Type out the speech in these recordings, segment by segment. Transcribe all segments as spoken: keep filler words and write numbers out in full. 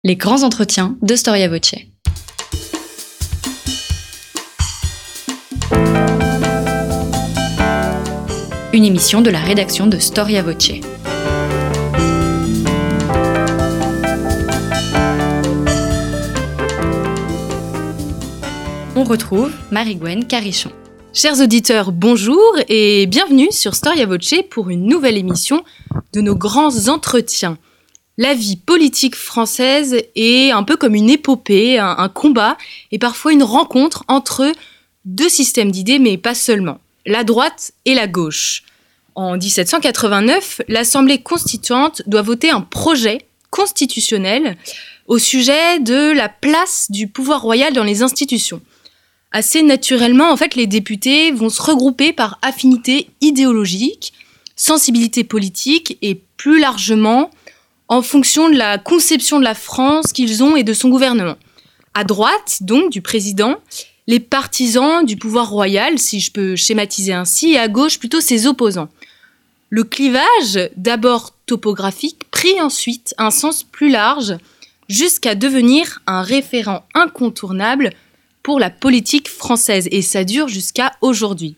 Les grands entretiens de Storia Voce. Une émission de la rédaction de Storia Voce. On retrouve Marie-Gwen Carichon. Chers auditeurs, bonjour et bienvenue sur Storia Voce pour une nouvelle émission de nos grands entretiens. La vie politique française est un peu comme une épopée, un, un combat et parfois une rencontre entre deux systèmes d'idées, mais pas seulement, la droite et la gauche. En dix-sept cent quatre-vingt-neuf, l'Assemblée constituante doit voter un projet constitutionnel au sujet de la place du pouvoir royal dans les institutions. Assez naturellement, en fait, les députés vont se regrouper par affinité idéologique, sensibilité politique et plus largement en fonction de la conception de la France qu'ils ont et de son gouvernement. À droite, donc, du président, les partisans du pouvoir royal, si je peux schématiser ainsi, et à gauche, plutôt ses opposants. Le clivage, d'abord topographique, prit ensuite un sens plus large, jusqu'à devenir un référent incontournable pour la politique française, et ça dure jusqu'à aujourd'hui.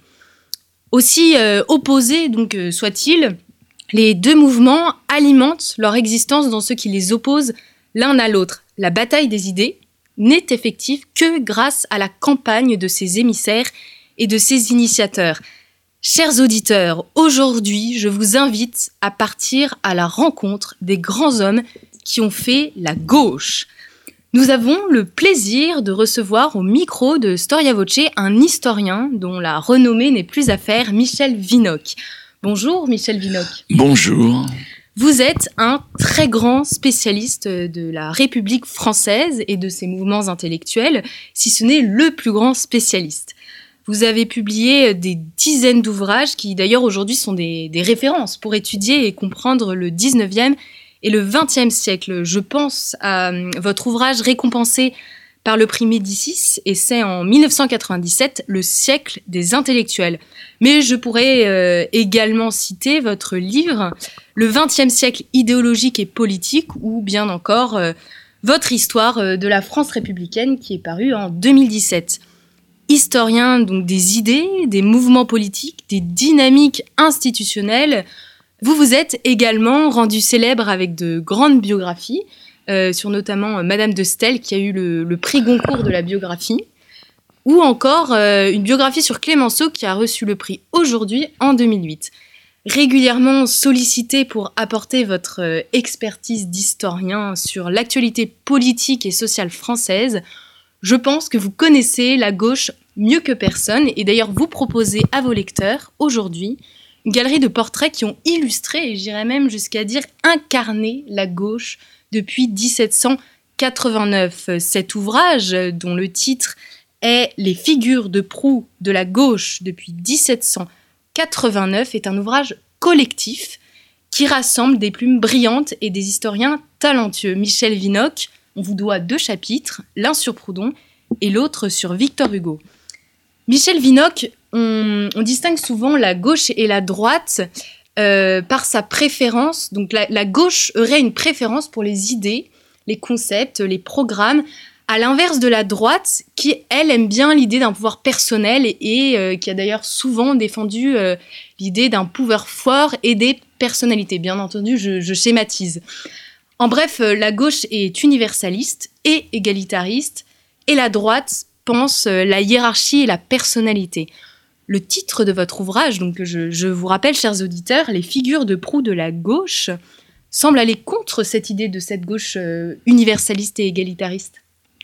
Aussi euh, opposés donc euh, soit-il, les deux mouvements alimentent leur existence dans ce qui les oppose l'un à l'autre. La bataille des idées n'est effective que grâce à la campagne de ses émissaires et de ses initiateurs. Chers auditeurs, aujourd'hui, je vous invite à partir à la rencontre des grands hommes qui ont fait la gauche. Nous avons le plaisir de recevoir au micro de Storia Voce un historien dont la renommée n'est plus à faire, Michel Vinocq. Bonjour Michel Vinocq. Bonjour. Vous êtes un très grand spécialiste de la République française et de ses mouvements intellectuels, si ce n'est le plus grand spécialiste. Vous avez publié des dizaines d'ouvrages qui d'ailleurs aujourd'hui sont des, des références pour étudier et comprendre le dix-neuvième et le vingtième siècle. Je pense à votre ouvrage récompensé par le prix Médicis, et c'est en dix-neuf cent quatre-vingt-dix-sept, le siècle des intellectuels. Mais je pourrais euh, également citer votre livre, Le vingtième siècle idéologique et politique, ou bien encore euh, votre histoire euh, de la France républicaine, qui est paru en deux mille dix-sept. Historien donc des idées, des mouvements politiques, des dynamiques institutionnelles, vous vous êtes également rendu célèbre avec de grandes biographies, Euh, sur notamment euh, Madame de Staël qui a eu le, le prix Goncourt de la biographie, ou encore euh, une biographie sur Clémenceau qui a reçu le prix aujourd'hui en deux mille huit. Régulièrement sollicité pour apporter votre euh, expertise d'historien sur l'actualité politique et sociale française, je pense que vous connaissez la gauche mieux que personne, et d'ailleurs vous proposez à vos lecteurs aujourd'hui une galerie de portraits qui ont illustré, et j'irais même jusqu'à dire incarné, la gauche depuis dix-sept cent quatre-vingt-neuf. Cet ouvrage, dont le titre est « Les figures de proue de la gauche depuis dix-sept cent quatre-vingt-neuf », est un ouvrage collectif qui rassemble des plumes brillantes et des historiens talentueux. Michel Vinocq, on vous doit deux chapitres, l'un sur Proudhon et l'autre sur Victor Hugo. Michel Vinocq, on, on distingue souvent la gauche et la droite Euh, par sa préférence. Donc la, la gauche aurait une préférence pour les idées, les concepts, les programmes, à l'inverse de la droite qui, elle, aime bien l'idée d'un pouvoir personnel et, et euh, qui a d'ailleurs souvent défendu euh, l'idée d'un pouvoir fort et des personnalités. Bien entendu, je, je schématise. En bref, euh, la gauche est universaliste et égalitariste, et la droite pense euh, la hiérarchie et la personnalité. Le titre de votre ouvrage, donc je, je vous rappelle, chers auditeurs, Les figures de proue de la gauche, semble aller contre cette idée de cette gauche euh, universaliste et égalitariste.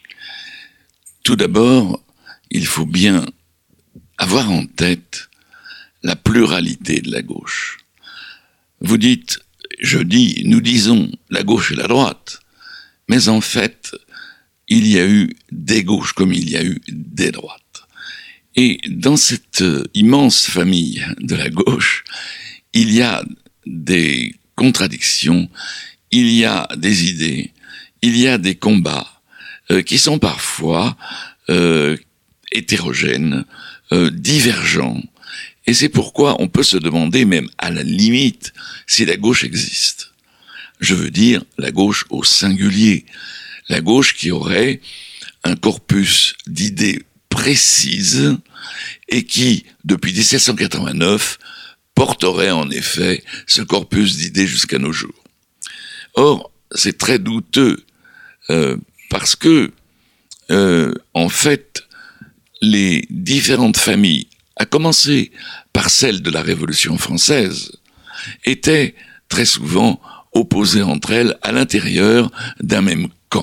Tout d'abord, il faut bien avoir en tête la pluralité de la gauche. Vous dites, je dis, nous disons la gauche et la droite, mais en fait, il y a eu des gauches comme il y a eu des droites. Et dans cette immense famille de la gauche, il y a des contradictions, il y a des idées, il y a des combats euh, qui sont parfois euh, hétérogènes, euh, divergents. Et c'est pourquoi on peut se demander, même à la limite, si la gauche existe. Je veux dire la gauche au singulier, La gauche qui aurait un corpus d'idées précises et qui, depuis dix-sept cent quatre-vingt-neuf, porterait en effet ce corpus d'idées jusqu'à nos jours. Or, c'est très douteux euh, parce que, euh, en fait, les différentes familles, à commencer par celle de la Révolution française, étaient très souvent opposées entre elles à l'intérieur d'un même camp.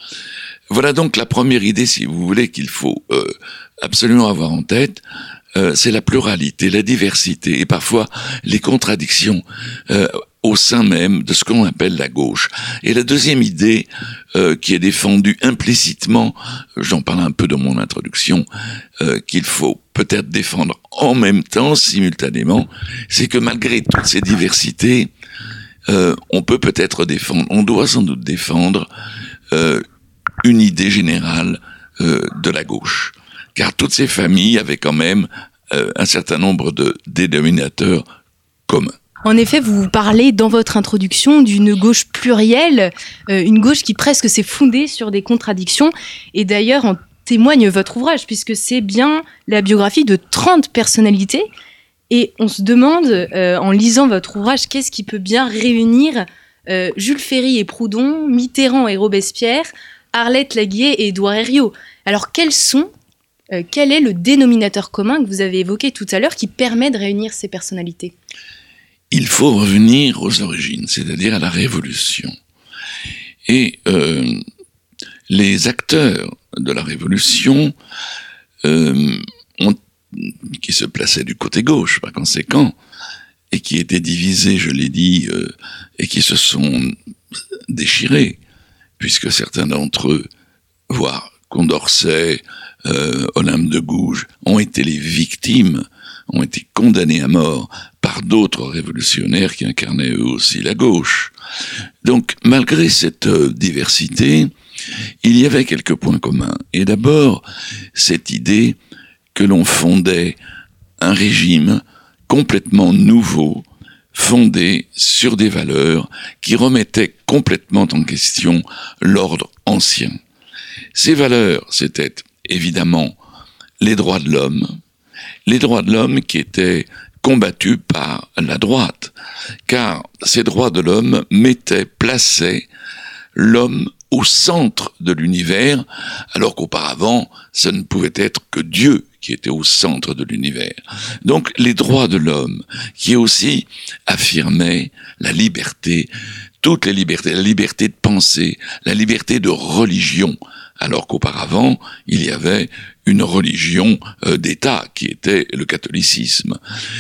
Voilà donc la première idée, si vous voulez, qu'il faut euh, absolument avoir en tête, euh, c'est la pluralité, la diversité et parfois les contradictions euh, au sein même de ce qu'on appelle la gauche. Et la deuxième idée euh, qui est défendue implicitement, j'en parle un peu dans mon introduction, euh, qu'il faut peut-être défendre en même temps, simultanément, c'est que malgré toutes ces diversités, euh, on peut peut-être défendre, on doit sans doute défendre euh, une idée générale euh, de la gauche. Car toutes ces familles avaient quand même euh, un certain nombre de dénominateurs communs. En effet, vous parlez dans votre introduction d'une gauche plurielle, euh, une gauche qui presque s'est fondée sur des contradictions. Et d'ailleurs, en témoigne votre ouvrage, puisque c'est bien la biographie de trente personnalités. Et on se demande, euh, en lisant votre ouvrage, qu'est-ce qui peut bien réunir euh, Jules Ferry et Proudhon, Mitterrand et Robespierre, Arlette Laguier et Édouard Herriot. Alors, quels sont, euh, quel est le dénominateur commun que vous avez évoqué tout à l'heure qui permet de réunir ces personnalités ? Il faut revenir aux origines, c'est-à-dire à la Révolution. Et euh, les acteurs de la Révolution, euh, ont, qui se plaçaient du côté gauche, par conséquent, et qui étaient divisés, je l'ai dit, euh, et qui se sont déchirés, puisque certains d'entre eux, voire Condorcet, euh, Olympe de Gouges, ont été les victimes, ont été condamnés à mort par d'autres révolutionnaires qui incarnaient eux aussi la gauche. Donc, malgré cette euh, diversité, il y avait quelques points communs. Et d'abord, cette idée que l'on fondait un régime complètement nouveau, fondé sur des valeurs qui remettaient complètement en question l'ordre ancien. Ces valeurs, c'était évidemment les droits de l'homme, les droits de l'homme qui étaient combattus par la droite, car ces droits de l'homme mettaient, plaçaient l'homme au centre de l'univers, alors qu'auparavant, ce ne pouvait être que Dieu qui était au centre de l'univers. Donc, les droits de l'homme, qui aussi affirmaient la liberté, toutes les libertés, la liberté de penser, la liberté de religion, alors qu'auparavant, il y avait une religion euh, d'État qui était le catholicisme.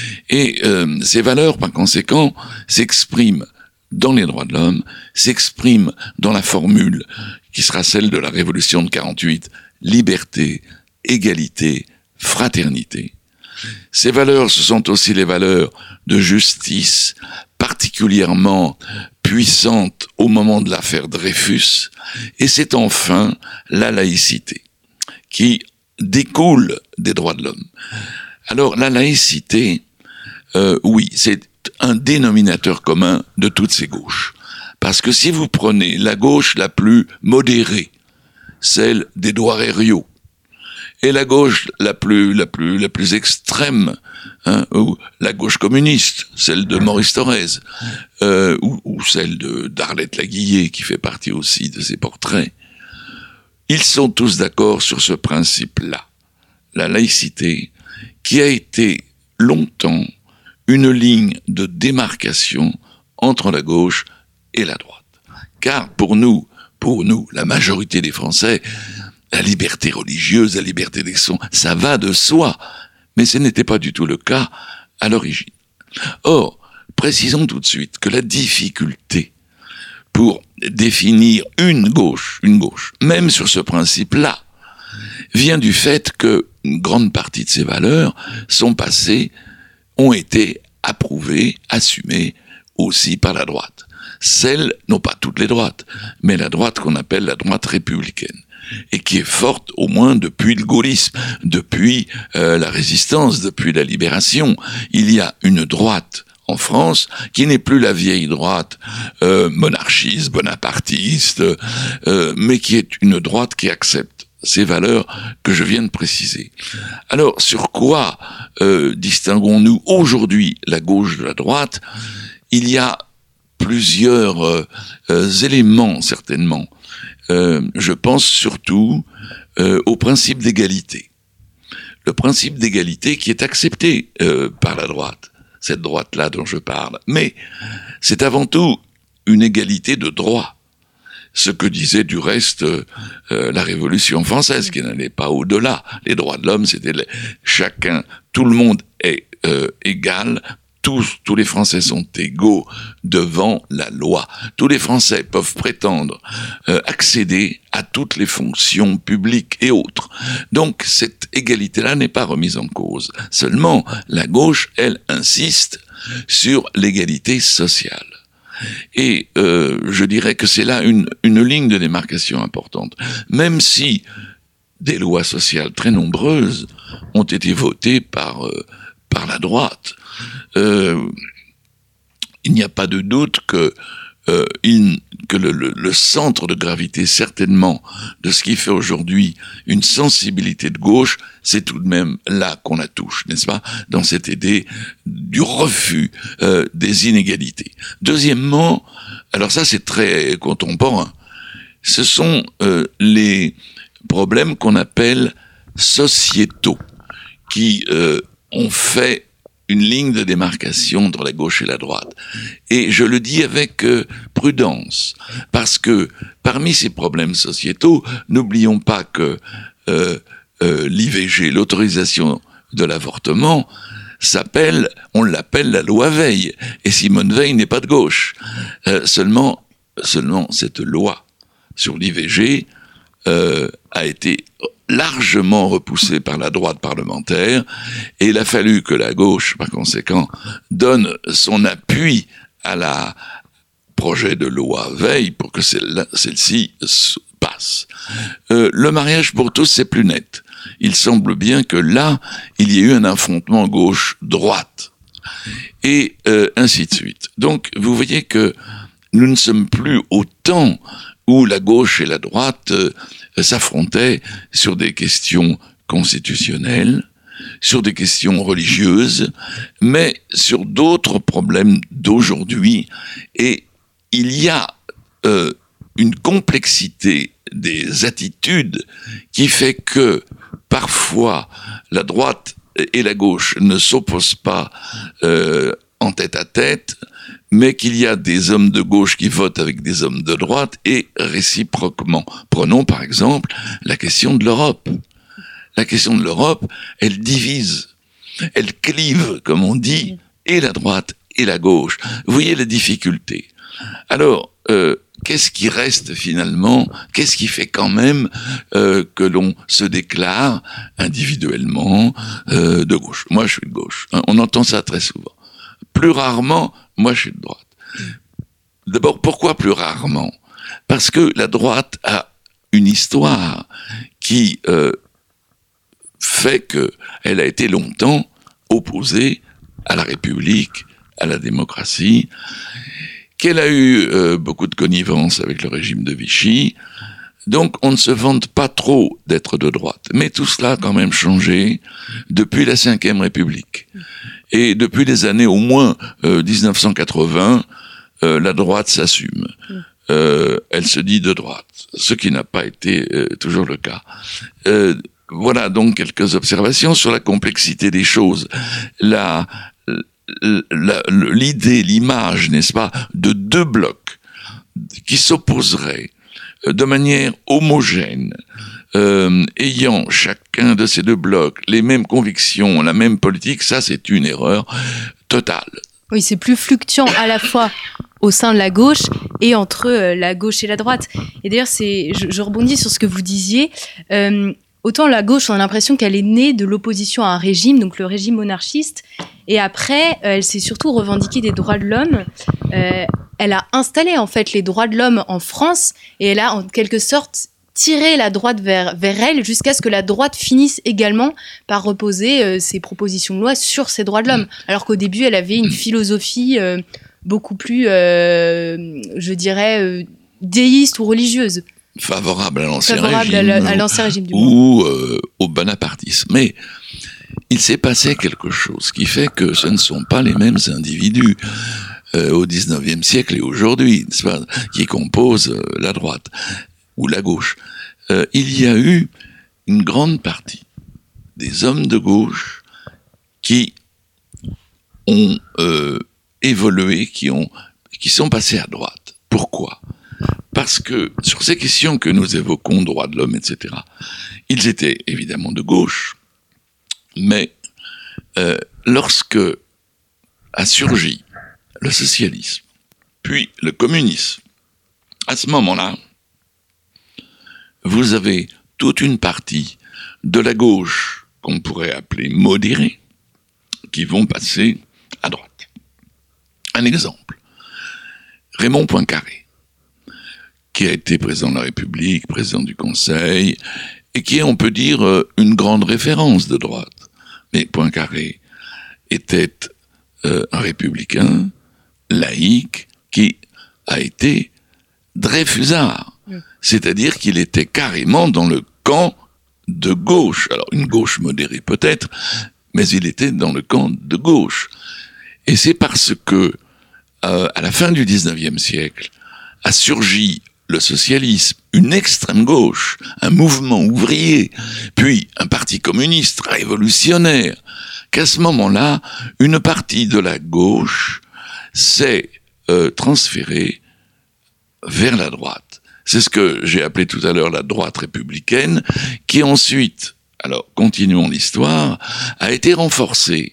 Et euh, ces valeurs, par conséquent, s'expriment dans les droits de l'homme, s'expriment dans la formule qui sera celle de la Révolution de quarante-huit, liberté, égalité, fraternité. Ces valeurs, ce sont aussi les valeurs de justice, particulièrement puissantes au moment de l'affaire Dreyfus, et c'est enfin la laïcité, qui découle des droits de l'homme. Alors, la laïcité, euh, oui, c'est un dénominateur commun de toutes ces gauches. Parce que si vous prenez la gauche la plus modérée, celle d'Édouard Herriot, et la gauche la plus la plus la plus extrême, hein, ou la gauche communiste, celle de Maurice Thorez, euh, ou, ou celle de d'Arlette Laguier, qui fait partie aussi de ces portraits, ils sont tous d'accord sur ce principe-là, la laïcité, qui a été longtemps une ligne de démarcation entre la gauche et la droite. Car pour nous, pour nous, la majorité des Français, la liberté religieuse, la liberté d'expression, ça va de soi. Mais ce n'était pas du tout le cas à l'origine. Or, précisons tout de suite que la difficulté pour définir une gauche, une gauche, même sur ce principe-là, vient du fait que une grande partie de ces valeurs sont passées, ont été approuvées, assumées aussi par la droite. Celles, non pas toutes les droites, mais la droite qu'on appelle la droite républicaine, et qui est forte au moins depuis le gaullisme, depuis euh, la résistance, depuis la libération. Il y a une droite en France, qui n'est plus la vieille droite euh, monarchiste, bonapartiste, euh, mais qui est une droite qui accepte ces valeurs que je viens de préciser. Alors, sur quoi euh, distinguons-nous aujourd'hui la gauche de la droite ? Il y a plusieurs euh, euh, éléments, certainement. Euh, je pense surtout euh, au principe d'égalité. Le principe d'égalité qui est accepté euh, par la droite, cette droite-là dont je parle. Mais c'est avant tout une égalité de droit. Ce que disait du reste euh, la Révolution française, qui n'allait pas au-delà. Les droits de l'homme, c'était les, chacun, tout le monde est euh, égal, tous, tous les Français sont égaux devant la loi. Tous les Français peuvent prétendre euh, accéder à toutes les fonctions publiques et autres. Donc cette égalité-là n'est pas remise en cause. Seulement, la gauche, elle, insiste sur l'égalité sociale. Et euh, je dirais que c'est là une, une ligne de démarcation importante. Même si des lois sociales très nombreuses ont été votées par, euh, par la droite, euh, il n'y a pas de doute que, euh, il, que le, le, le centre de gravité, certainement, de ce qui fait aujourd'hui une sensibilité de gauche, c'est tout de même là qu'on la touche, n'est-ce pas, dans cette idée du refus euh, des inégalités. Deuxièmement, alors ça c'est très contemporain, ce sont euh, les problèmes qu'on appelle sociétaux, qui euh, ont fait une ligne de démarcation entre la gauche et la droite. Et je le dis avec euh, prudence, parce que parmi ces problèmes sociétaux, n'oublions pas que euh, euh, l'I V G, l'autorisation de l'avortement, s'appelle, on l'appelle la loi Veil. Et Simone Veil n'est pas de gauche. Euh, seulement, seulement cette loi sur l'I V G euh, a été largement repoussée par la droite parlementaire, et il a fallu que la gauche, par conséquent, donne son appui à la projet de loi Veil pour que celle celle-ci passe. Euh, le mariage pour tous, c'est plus net. Il semble bien que là, il y ait eu un affrontement gauche-droite, et euh, ainsi de suite. Donc, vous voyez que nous ne sommes plus au temps où la gauche et la droite euh, s'affrontaient sur des questions constitutionnelles, sur des questions religieuses, mais sur d'autres problèmes d'aujourd'hui. Et il y a euh, une complexité des attitudes qui fait que parfois la droite et la gauche ne s'opposent pas euh, en tête à tête, mais qu'il y a des hommes de gauche qui votent avec des hommes de droite et réciproquement. Prenons par exemple la question de l'Europe. La question de l'Europe, elle divise, elle clive, comme on dit, et la droite et la gauche. Vous voyez la difficulté. Alors, euh, qu'est-ce qui reste finalement? Qu'est-ce qui fait quand même euh, que l'on se déclare individuellement euh, de gauche? Moi, je suis de gauche. Hein, on entend ça très souvent. Plus rarement, moi, je suis de droite. D'abord, pourquoi plus rarement? Parce que la droite a une histoire qui euh, fait qu'elle a été longtemps opposée à la République, à la démocratie, qu'elle a eu euh, beaucoup de connivence avec le régime de Vichy. Donc, on ne se vante pas trop d'être de droite. Mais tout cela a quand même changé depuis la Cinquième République. Et depuis les années au moins euh, dix-neuf cent quatre-vingts, euh, la droite s'assume. Euh, elle se dit de droite, ce qui n'a pas été euh, toujours le cas. Euh, voilà donc quelques observations sur la complexité des choses. La, la, l'idée, l'image, n'est-ce pas, de deux blocs qui s'opposeraient de manière homogène, euh, ayant chacun de ces deux blocs les mêmes convictions, la même politique, ça c'est une erreur totale. Oui, c'est plus fluctuant à la fois au sein de la gauche et entre euh, la gauche et la droite. Et d'ailleurs, c'est, je, je rebondis sur ce que vous disiez. Euh, autant la gauche, on a l'impression qu'elle est née de l'opposition à un régime, donc le régime monarchiste, et après, euh, elle s'est surtout revendiquée des droits de l'homme. Euh, elle a installé en fait les droits de l'homme en France, et elle a en quelque sorte tirer la droite vers, vers elle jusqu'à ce que la droite finisse également par reposer euh, ses propositions de loi sur ces droits de l'homme. Alors qu'au début, elle avait une philosophie euh, beaucoup plus, euh, je dirais, euh, déiste ou religieuse. Favorable à l'ancien Favorable régime. à, la, à l'ancien régime du Ou euh, au bonapartisme. Mais il s'est passé quelque chose qui fait que ce ne sont pas les mêmes individus euh, au dix-neuvième siècle et aujourd'hui, n'est-ce pas, qui composent euh, la droite ou la gauche. Euh, il y a eu une grande partie des hommes de gauche qui ont euh, évolué, qui ont, qui sont passés à droite. Pourquoi ? Parce que sur ces questions que nous évoquons, droits de l'homme, et cetera, ils étaient évidemment de gauche, mais euh, lorsque a surgi le socialisme, puis le communisme, à ce moment-là, vous avez toute une partie de la gauche qu'on pourrait appeler modérée, qui vont passer à droite. Un exemple, Raymond Poincaré, qui a été président de la République, président du Conseil, et qui est, on peut dire, une grande référence de droite. Mais Poincaré était euh, un républicain, laïque, qui a été dreyfusard. Mmh. C'est-à-dire qu'il était carrément dans le camp de gauche. Alors, une gauche modérée peut-être, mais il était dans le camp de gauche. Et c'est parce que, euh, à la fin du dix-neuvième siècle, a surgi le socialisme, une extrême gauche, un mouvement ouvrier, puis un parti communiste révolutionnaire, qu'à ce moment-là, une partie de la gauche s'est euh, transférée vers la droite. C'est ce que j'ai appelé tout à l'heure la droite républicaine, qui ensuite, alors continuons l'histoire, a été renforcée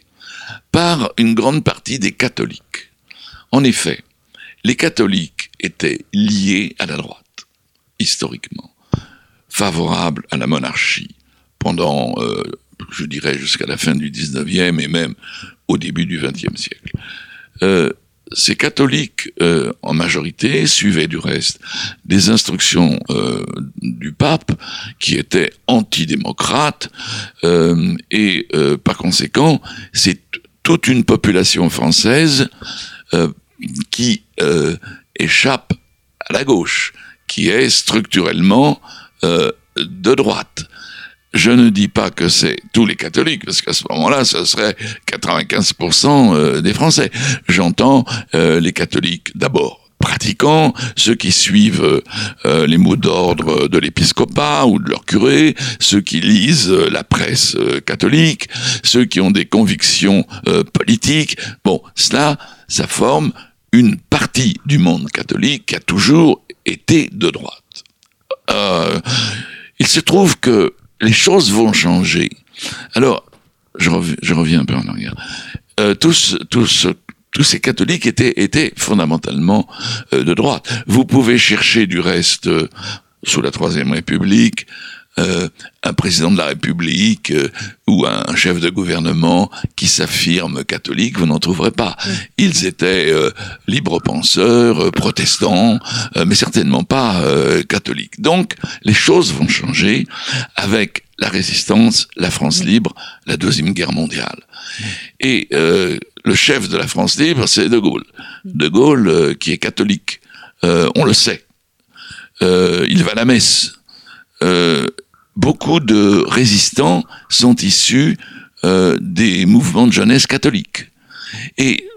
par une grande partie des catholiques. En effet, les catholiques étaient liés à la droite, historiquement, favorables à la monarchie, pendant, euh, je dirais, jusqu'à la fin du dix-neuvième et même au début du vingtième siècle. Euh, ces catholiques, euh, en majorité, suivaient du reste des instructions euh, du pape, qui étaient antidémocrates, euh, et euh, par conséquent, c'est t- toute une population française euh, qui euh, échappe à la gauche, qui est structurellement euh, de droite. Je ne dis pas que c'est tous les catholiques, parce qu'à ce moment-là, ce serait quatre-vingt-quinze pour cent des Français. J'entends euh, les catholiques d'abord pratiquants, ceux qui suivent euh, les mots d'ordre de l'épiscopat ou de leur curé, ceux qui lisent euh, la presse euh, catholique, ceux qui ont des convictions euh, politiques. Bon, cela, ça forme une partie du monde catholique qui a toujours été de droite. Euh, il se trouve que les choses vont changer. Alors, je, rev- je reviens un peu en arrière. Euh, tous, tous, tous ces catholiques étaient, étaient fondamentalement euh, de droite. Vous pouvez chercher du reste, euh, sous la Troisième République, euh, un président de la République euh, ou un chef de gouvernement qui s'affirme catholique, vous n'en trouverez pas. Oui. Ils étaient euh, libres penseurs, euh, protestants, euh, mais certainement pas euh, catholiques. Donc, les choses vont changer avec la résistance, la France libre, la Deuxième Guerre mondiale. Et euh, le chef de la France libre, c'est De Gaulle. De Gaulle, euh, qui est catholique, euh, on le sait. Euh, il va à la messe. Euh, beaucoup de résistants sont issus euh, des mouvements de jeunesse catholiques. Et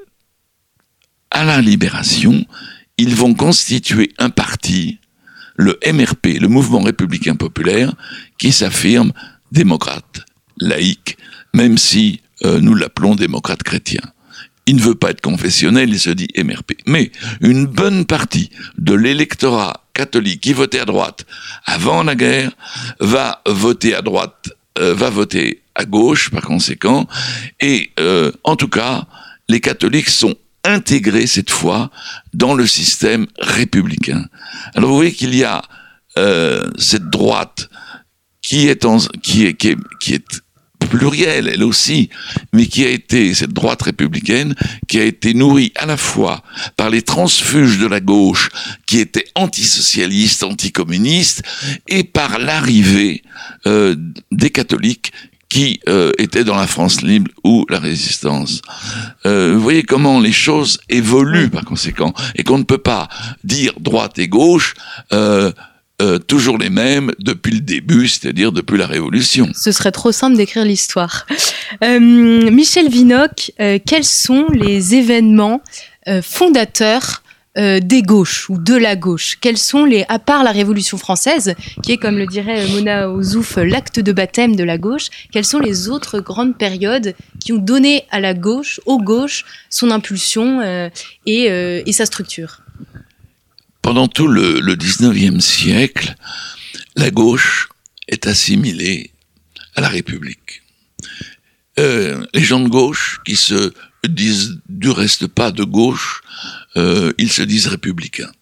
à la Libération, ils vont constituer un parti, le M R P, le Mouvement Républicain Populaire, qui s'affirme démocrate, laïque, même si euh, nous l'appelons démocrate chrétien. Il ne veut pas être confessionnel, il se dit M R P. Mais une bonne partie de l'électorat catholique qui votait à droite avant la guerre va voter à droite, euh, va voter à gauche par conséquent. Et euh, en tout cas, les catholiques sont intégrés cette fois dans le système républicain. Alors vous voyez qu'il y a euh, cette droite qui est, en, qui est, qui est, qui est plurielle elle aussi, mais qui a été, cette droite républicaine, qui a été nourrie à la fois par les transfuges de la gauche, qui étaient antisocialistes, anticommunistes, et par l'arrivée euh, des catholiques qui euh, étaient dans la France libre ou la résistance. Euh, vous voyez comment les choses évoluent par conséquent, et qu'on ne peut pas dire droite et gauche euh, Euh, toujours les mêmes depuis le début, c'est-à-dire depuis la Révolution. Ce serait trop simple d'écrire l'histoire. Euh, Michel Vinocq, euh, quels sont les événements euh, fondateurs euh, des gauches ou de la gauche? Quels sont les, à part la Révolution française, qui est, comme le dirait Mona Ozouf, l'acte de baptême de la gauche, quelles sont les autres grandes périodes qui ont donné à la gauche, aux gauches, son impulsion euh, et, euh, et sa structure? Pendant tout le, le dix-neuvième siècle, la gauche est assimilée à la République. Euh, les gens de gauche, qui se disent du reste pas de gauche, euh, ils se disent républicains.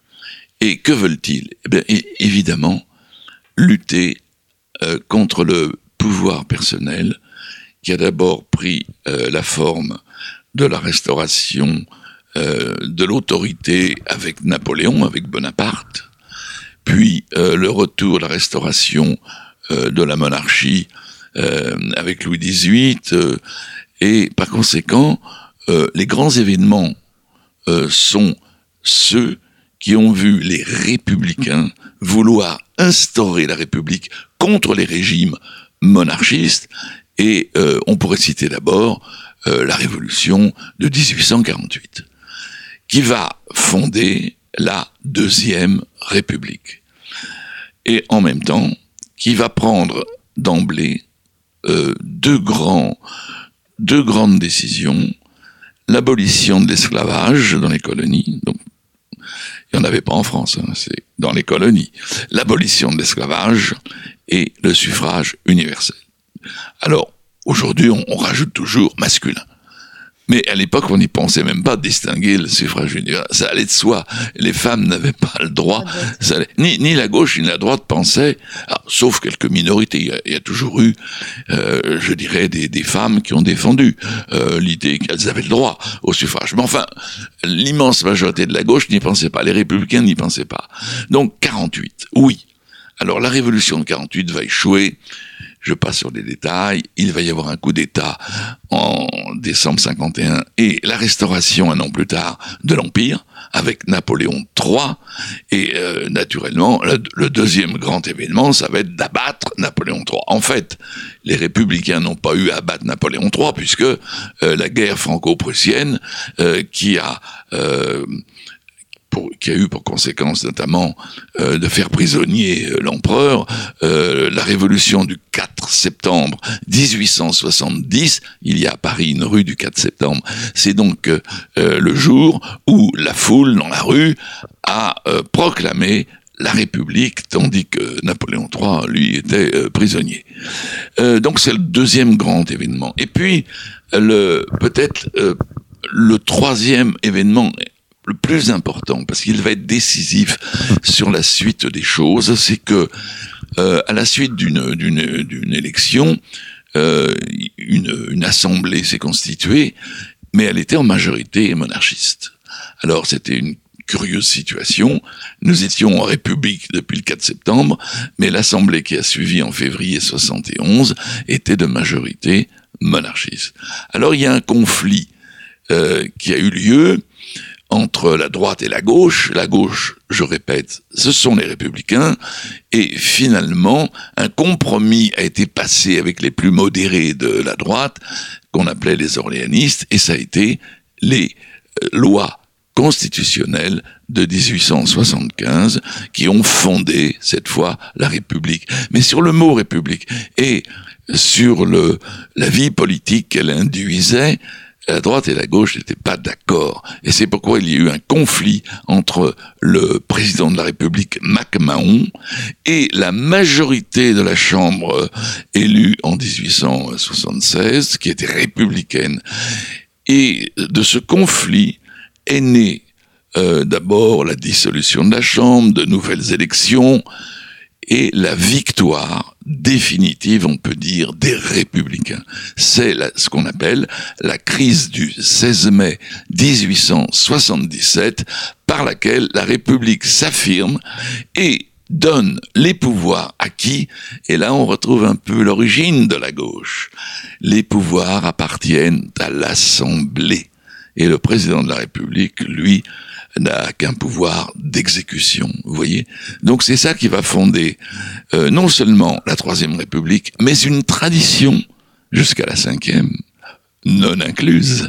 Et que veulent-ils? Eh bien, évidemment, lutter euh, contre le pouvoir personnel, qui a d'abord pris euh, la forme de la restauration Euh, de l'autorité avec Napoléon, avec Bonaparte, puis euh, le retour, la restauration euh, de la monarchie euh, avec Louis dix-huit, euh, et par conséquent, euh, les grands événements euh, sont ceux qui ont vu les républicains vouloir instaurer la République contre les régimes monarchistes, et euh, on pourrait citer d'abord euh, la Révolution de dix-huit cent quarante-huit. Qui va fonder la Deuxième République. Et en même temps, qui va prendre d'emblée euh, deux, grands, deux grandes décisions. L'abolition de l'esclavage dans les colonies, donc il n'y en avait pas en France, hein, c'est dans les colonies. L'abolition de l'esclavage et le suffrage universel. Alors, aujourd'hui, on, on rajoute toujours masculin. Mais à l'époque, on n'y pensait même pas distinguer le suffrage universel. Ça allait de soi. Les femmes n'avaient pas le droit. Ça allait, ni, ni la gauche ni la droite pensaient, alors, sauf quelques minorités. Il y a, il y a toujours eu, euh, je dirais, des, des femmes qui ont défendu euh, l'idée qu'elles avaient le droit au suffrage. Mais enfin, l'immense majorité de la gauche n'y pensait pas. Les républicains n'y pensaient pas. Donc, quarante-huit, oui. Alors, la révolution de quarante-huit va échouer. Je passe sur les détails. Il va y avoir un coup d'État en décembre cinquante et un et la restauration un an plus tard de l'Empire avec Napoléon trois. Et euh, naturellement, le, le deuxième grand événement, ça va être d'abattre Napoléon trois. En fait, les républicains n'ont pas eu à abattre Napoléon trois puisque euh, la guerre franco-prussienne euh, qui a... Euh, Pour, qui a eu pour conséquence notamment euh, de faire prisonnier euh, l'empereur, euh, la révolution du quatre septembre dix-huit cent soixante-dix, il y a à Paris une rue du quatre septembre, c'est donc euh, le jour où la foule dans la rue a euh, proclamé la République, tandis que Napoléon trois, lui, était euh, prisonnier. Euh, donc c'est le deuxième grand événement. Et puis, le peut-être euh, le troisième événement le plus important, parce qu'il va être décisif sur la suite des choses, c'est que euh, à la suite d'une d'une d'une élection, euh, une une assemblée s'est constituée, mais elle était en majorité monarchiste. Alors c'était une curieuse situation. Nous étions en République depuis le quatre septembre, mais l'assemblée qui a suivi en février soixante et onze était de majorité monarchiste. Alors il y a un conflit euh, qui a eu lieu entre la droite et la gauche. La gauche, je répète, ce sont les républicains, et finalement, un compromis a été passé avec les plus modérés de la droite, qu'on appelait les orléanistes, et ça a été les euh, lois constitutionnelles de dix-huit cent soixante-quinze qui ont fondé, cette fois, la République. Mais sur le mot République et sur le, la vie politique qu'elle induisait, la droite et la gauche n'étaient pas d'accord. Et c'est pourquoi il y a eu un conflit entre le président de la République, MacMahon, et la majorité de la Chambre élue en dix-huit cent soixante-seize, qui était républicaine. Et de ce conflit est née euh, d'abord la dissolution de la Chambre, de nouvelles élections, et la victoire définitive, on peut dire, des Républicains. C'est la, ce qu'on appelle la crise du seize mai dix-huit cent soixante-dix-sept, par laquelle la République s'affirme et donne les pouvoirs à qui? Et là, on retrouve un peu l'origine de la gauche. Les pouvoirs appartiennent à l'Assemblée. Et le président de la République, lui, n'a qu'un pouvoir d'exécution, vous voyez. Donc c'est ça qui va fonder euh, non seulement la Troisième République, mais une tradition jusqu'à la Cinquième, non incluse,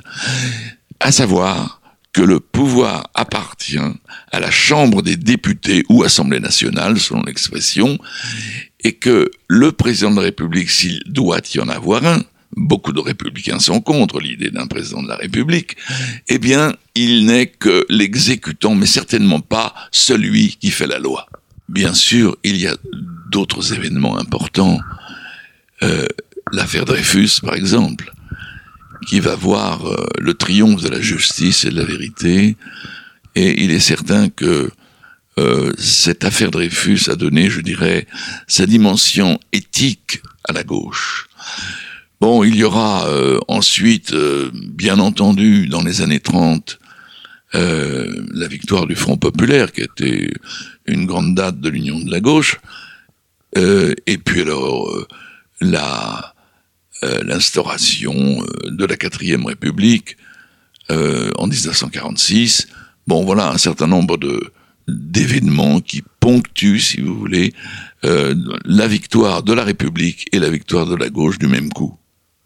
à savoir que le pouvoir appartient à la Chambre des députés ou Assemblée nationale, selon l'expression, et que le président de la République, s'il doit y en avoir un, beaucoup de républicains sont contre l'idée d'un président de la République, eh bien, il n'est que l'exécutant, mais certainement pas celui qui fait la loi. Bien sûr, il y a d'autres événements importants. Euh, l'affaire Dreyfus, par exemple, qui va voir euh, le triomphe de la justice et de la vérité, et il est certain que euh, cette affaire Dreyfus a donné, je dirais, sa dimension éthique à la gauche. Bon, il y aura euh, ensuite, euh, bien entendu, dans les années trente, euh, la victoire du Front populaire, qui était une grande date de l'union de la gauche, euh, et puis alors euh, la euh, l'instauration euh, de la quatrième République euh, en dix-neuf cent quarante-six. Bon, voilà un certain nombre de d'événements qui ponctuent, si vous voulez, euh, la victoire de la République et la victoire de la gauche du même coup.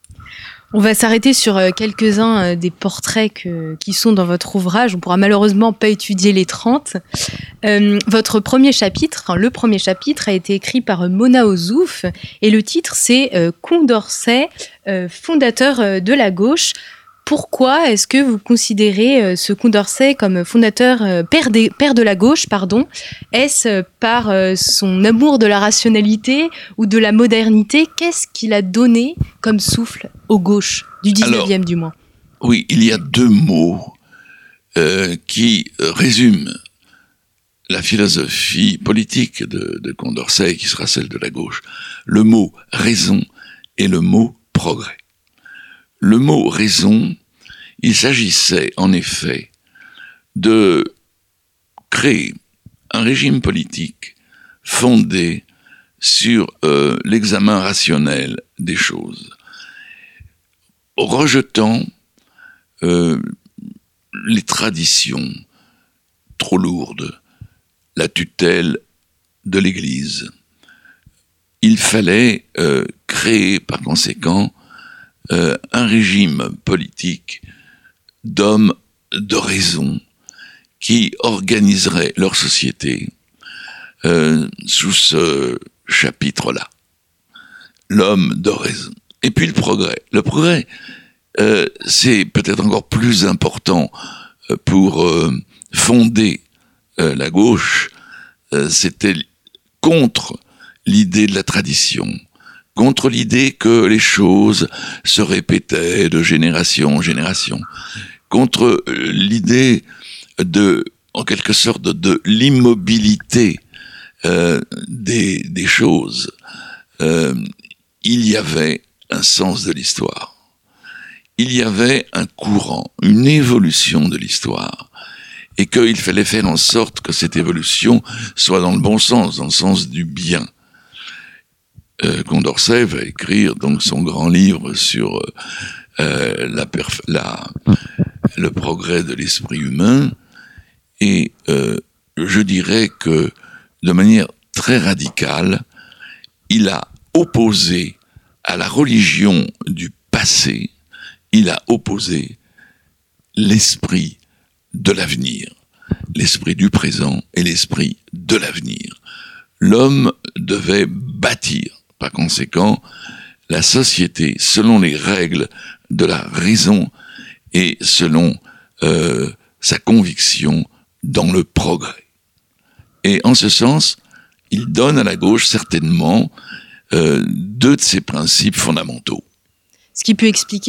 On va s'arrêter sur quelques-uns des portraits que, qui sont dans votre ouvrage. On pourra malheureusement pas étudier les trente. Euh, votre premier chapitre, enfin, le premier chapitre a été écrit par Mona Ozouf et le titre c'est euh, Condorcet, euh, fondateur euh, de la gauche. Pourquoi est-ce que vous considérez euh, ce Condorcet comme fondateur, euh, père, des, père de la gauche, pardon? Est-ce euh, par euh, son amour de la rationalité ou de la modernité? Qu'est-ce qu'il a donné comme souffle aux gauches du dix-neuvième, du moins? Oui, il y a deux mots euh, qui résument la philosophie politique de, de Condorcet, qui sera celle de la gauche. Le mot raison et le mot progrès. Le mot raison, il s'agissait en effet de créer un régime politique fondé sur euh, l'examen rationnel des choses, rejetant euh, les traditions trop lourdes, la tutelle de l'Église. Il fallait euh, créer par conséquent Euh, un régime politique d'hommes de raison qui organiserait leur société euh, sous ce chapitre-là. L'homme de raison. Et puis le progrès. Le progrès, euh, c'est peut-être encore plus important euh, pour euh, fonder euh, la gauche. Euh, c'était contre l'idée de la tradition, contre l'idée que les choses se répétaient de génération en génération, contre l'idée de, en quelque sorte, de l'immobilité euh, des, des choses. Euh, il y avait un sens de l'histoire. Il y avait un courant, une évolution de l'histoire, et qu'il fallait faire en sorte que cette évolution soit dans le bon sens, dans le sens du bien. Euh, Condorcet va écrire donc son grand livre sur euh, la, perf- la le progrès de l'esprit humain, et euh, je dirais que de manière très radicale, il a opposé à la religion du passé, il a opposé l'esprit de l'avenir, l'esprit du présent et l'esprit de l'avenir. L'homme devait bâtir, par conséquent, la société selon les règles de la raison et selon euh, sa conviction dans le progrès. Et en ce sens, il donne à la gauche certainement euh, deux de ses principes fondamentaux. Ce qui peut expliquer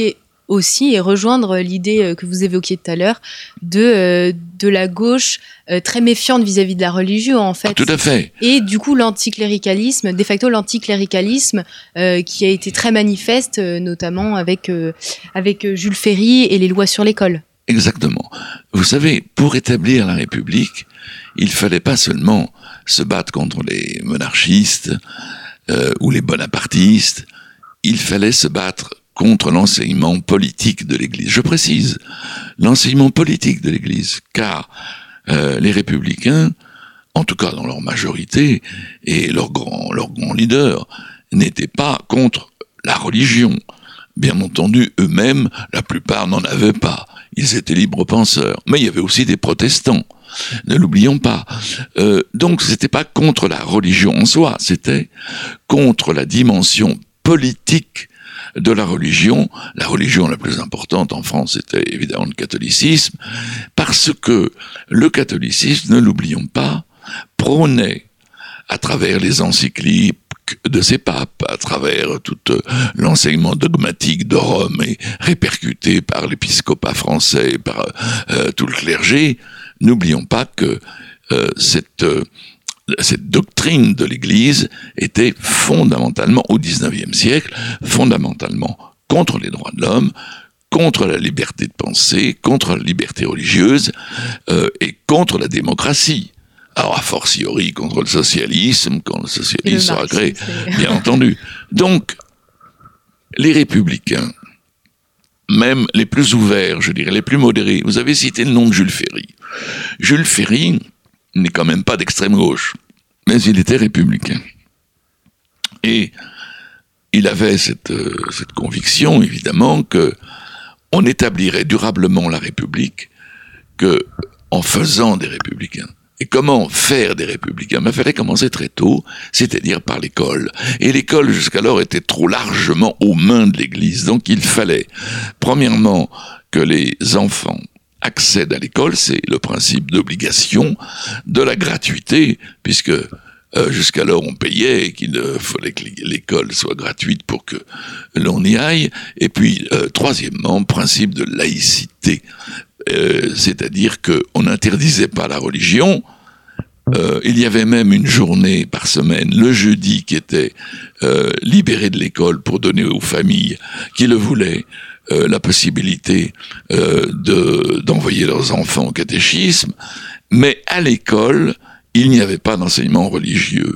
aussi et rejoindre l'idée que vous évoquiez tout à l'heure de, euh, de la gauche euh, très méfiante vis-à-vis de la religion, en fait. Ah, tout à fait. Et du coup, l'anticléricalisme, de facto l'anticléricalisme euh, qui a été très manifeste, euh, notamment avec, euh, avec Jules Ferry et les lois sur l'école. Exactement. Vous savez, pour établir la République, il fallait pas seulement se battre contre les monarchistes euh, ou les bonapartistes, il fallait se battre contre l'enseignement politique de l'Église. Je précise, l'enseignement politique de l'Église, car euh, les républicains, en tout cas dans leur majorité, et leurs grands leur grand leaders, n'étaient pas contre la religion. Bien entendu, eux-mêmes, la plupart n'en avaient pas. Ils étaient libres penseurs. Mais il y avait aussi des protestants. Ne l'oublions pas. Euh, donc, c'était pas contre la religion en soi, c'était contre la dimension politique de la religion. La religion la plus importante en France, c'était évidemment le catholicisme, parce que le catholicisme, ne l'oublions pas, prônait, à travers les encycliques de ces papes, à travers tout l'enseignement dogmatique de Rome et répercuté par l'épiscopat français, par euh, tout le clergé, n'oublions pas que euh, cette, euh, cette doctrine de l'Église était fondamentalement, au dix-neuvième siècle, fondamentalement contre les droits de l'homme, contre la liberté de penser, contre la liberté religieuse euh, et contre la démocratie. Alors, a fortiori, contre le socialisme, quand le socialisme sera créé, bien entendu. Donc, les républicains, même les plus ouverts, je dirais, les plus modérés, vous avez cité le nom de Jules Ferry. Jules Ferry n'est quand même pas d'extrême gauche, mais il était républicain. Et il avait cette, euh, cette conviction, évidemment, que on établirait durablement la République que en faisant des républicains. Et comment faire des républicains? Il fallait commencer très tôt, c'est-à-dire par l'école. Et l'école, jusqu'alors, était trop largement aux mains de l'Église. Donc il fallait, premièrement, que les enfants accèdent à l'école, c'est le principe d'obligation, de la gratuité, puisque euh, jusqu'alors on payait et qu'il fallait que l'école soit gratuite pour que l'on y aille. Et puis, euh, troisièmement, principe de laïcité. Euh, c'est-à-dire qu'on n'interdisait pas la religion. Euh, il y avait même une journée par semaine, le jeudi, qui était euh, libérée de l'école pour donner aux familles qui le voulaient euh, la possibilité euh, de, d'envoyer leurs enfants au catéchisme. Mais à l'école, il n'y avait pas d'enseignement religieux.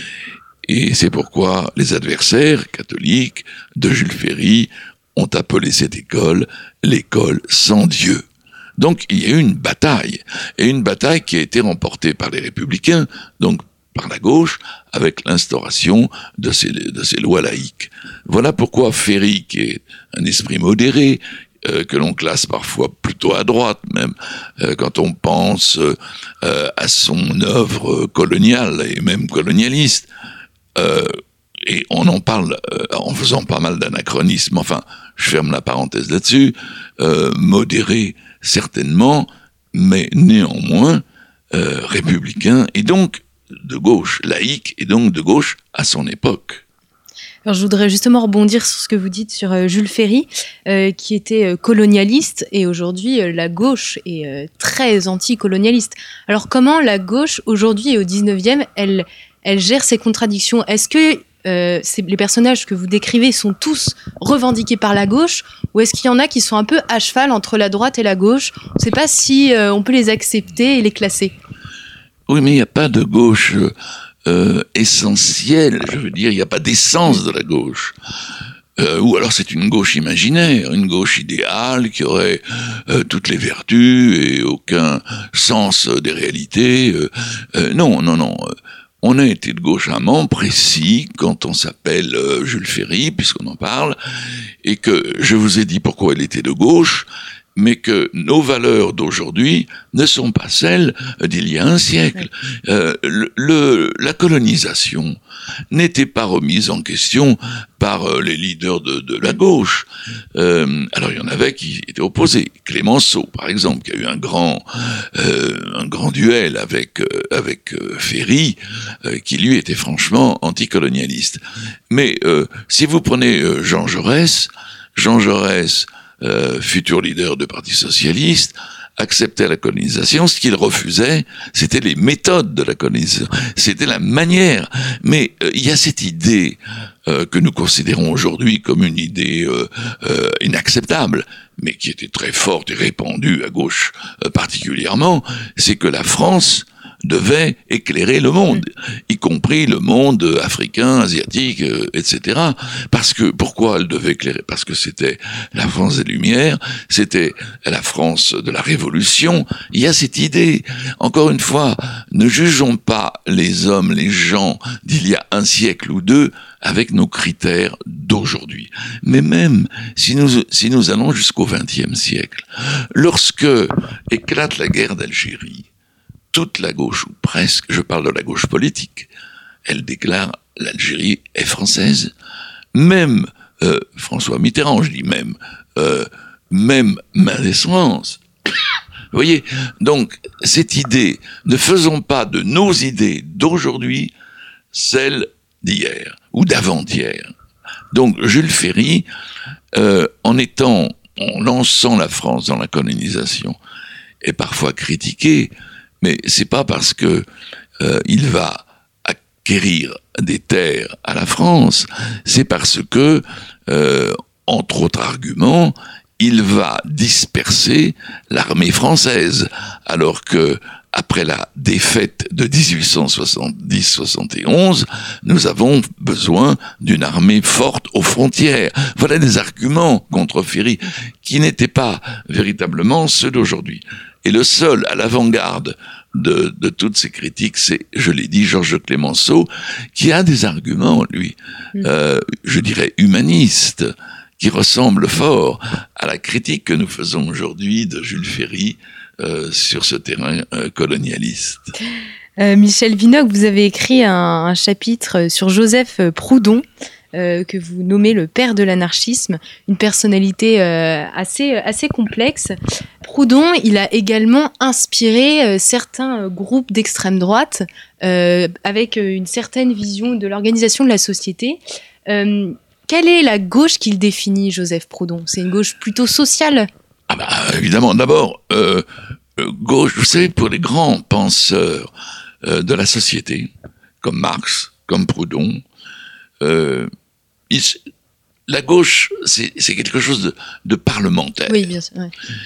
Et c'est pourquoi les adversaires catholiques de Jules Ferry ont appelé cette école l'école sans Dieu. Donc il y a eu une bataille, et une bataille qui a été remportée par les républicains, donc par la gauche, avec l'instauration de ces, de ces lois laïques. Voilà pourquoi Ferry, qui est un esprit modéré, euh, que l'on classe parfois plutôt à droite même, euh, quand on pense euh, à son œuvre coloniale et même colonialiste, euh, et on en parle euh, en faisant pas mal d'anachronismes, enfin, je ferme la parenthèse là-dessus, euh, modéré, certainement, mais néanmoins euh, républicain, et donc de gauche, laïque, et donc de gauche à son époque. Alors, je voudrais justement rebondir sur ce que vous dites sur euh, Jules Ferry, euh, qui était euh, colonialiste, et aujourd'hui, euh, la gauche est euh, très anticolonialiste. Alors, comment la gauche, aujourd'hui et au dix-neuvième, elle, elle gère ces contradictions? Est-ce que Euh, les personnages que vous décrivez sont tous revendiqués par la gauche, ou est-ce qu'il y en a qui sont un peu à cheval entre la droite et la gauche? On ne sait pas si euh, on peut les accepter et les classer. Oui, mais il n'y a pas de gauche euh, essentielle, je veux dire, il n'y a pas d'essence de la gauche. Euh, ou alors c'est une gauche imaginaire, une gauche idéale qui aurait euh, toutes les vertus et aucun sens des réalités. Euh, euh, non, non, non. On a été de gauche à un moment précis, quand on s'appelle euh, Jules Ferry, puisqu'on en parle, et que je vous ai dit pourquoi il était de gauche, mais que nos valeurs d'aujourd'hui ne sont pas celles d'il y a un siècle. Euh, le, le, la colonisation n'était pas remise en question par euh, les leaders de, de la gauche. Euh, alors il y en avait qui étaient opposés. Clémenceau, par exemple, qui a eu un grand, euh, un grand duel avec euh, avec euh, Ferry, euh, qui lui était franchement anticolonialiste. Mais euh, si vous prenez euh, Jean Jaurès, Jean Jaurès euh, futur leader du Parti socialiste, acceptait la colonisation. Ce qu'il refusait, c'était les méthodes de la colonisation, c'était la manière. Mais euh, il y a cette idée euh, que nous considérons aujourd'hui comme une idée euh, euh, inacceptable, mais qui était très forte et répandue à gauche euh, particulièrement, c'est que la France devait éclairer le monde, y compris le monde africain, asiatique, euh, et cetera. Parce que, pourquoi elle devait éclairer? Parce que c'était la France des Lumières, c'était la France de la Révolution. Il y a cette idée. Encore une fois, ne jugeons pas les hommes, les gens d'il y a un siècle ou deux avec nos critères d'aujourd'hui. Mais même si nous, si nous allons jusqu'au vingtième siècle, lorsque éclate la guerre d'Algérie, toute la gauche, ou presque, je parle de la gauche politique, elle déclare l'Algérie est française. Même euh, François Mitterrand, je dis même, euh, même Mendès France. Vous voyez, donc cette idée, ne faisons pas de nos idées d'aujourd'hui celles d'hier ou d'avant-hier. Donc Jules Ferry, euh, en étant, en lançant la France dans la colonisation, est parfois critiqué. Mais c'est pas parce que euh, il va acquérir des terres à la France, c'est parce que, euh, entre autres arguments, il va disperser l'armée française, alors que après la défaite de dix-huit cent soixante-dix soixante et onze, nous avons besoin d'une armée forte aux frontières. Voilà des arguments contre Ferry qui n'étaient pas véritablement ceux d'aujourd'hui. Et le seul à l'avant-garde de, de toutes ces critiques, c'est, je l'ai dit, Georges Clemenceau, qui a des arguments, lui, euh, je dirais humanistes, qui ressemblent fort à la critique que nous faisons aujourd'hui de Jules Ferry euh, sur ce terrain euh, colonialiste. Euh, Michel Vinocq, vous avez écrit un, un chapitre sur Joseph Proudhon, Euh, que vous nommez le père de l'anarchisme, une personnalité euh, assez, assez complexe. Proudhon, il a également inspiré euh, certains groupes d'extrême droite euh, avec une certaine vision de l'organisation de la société. Euh, quelle est la gauche qu'il définit, Joseph Proudhon? C'est une gauche plutôt sociale? Ah bah, évidemment, d'abord, euh, gauche, vous savez, pour les grands penseurs euh, de la société, comme Marx, comme Proudhon, euh, Il, la gauche, c'est, c'est quelque chose de, de parlementaire. Oui, bien sûr. Ouais.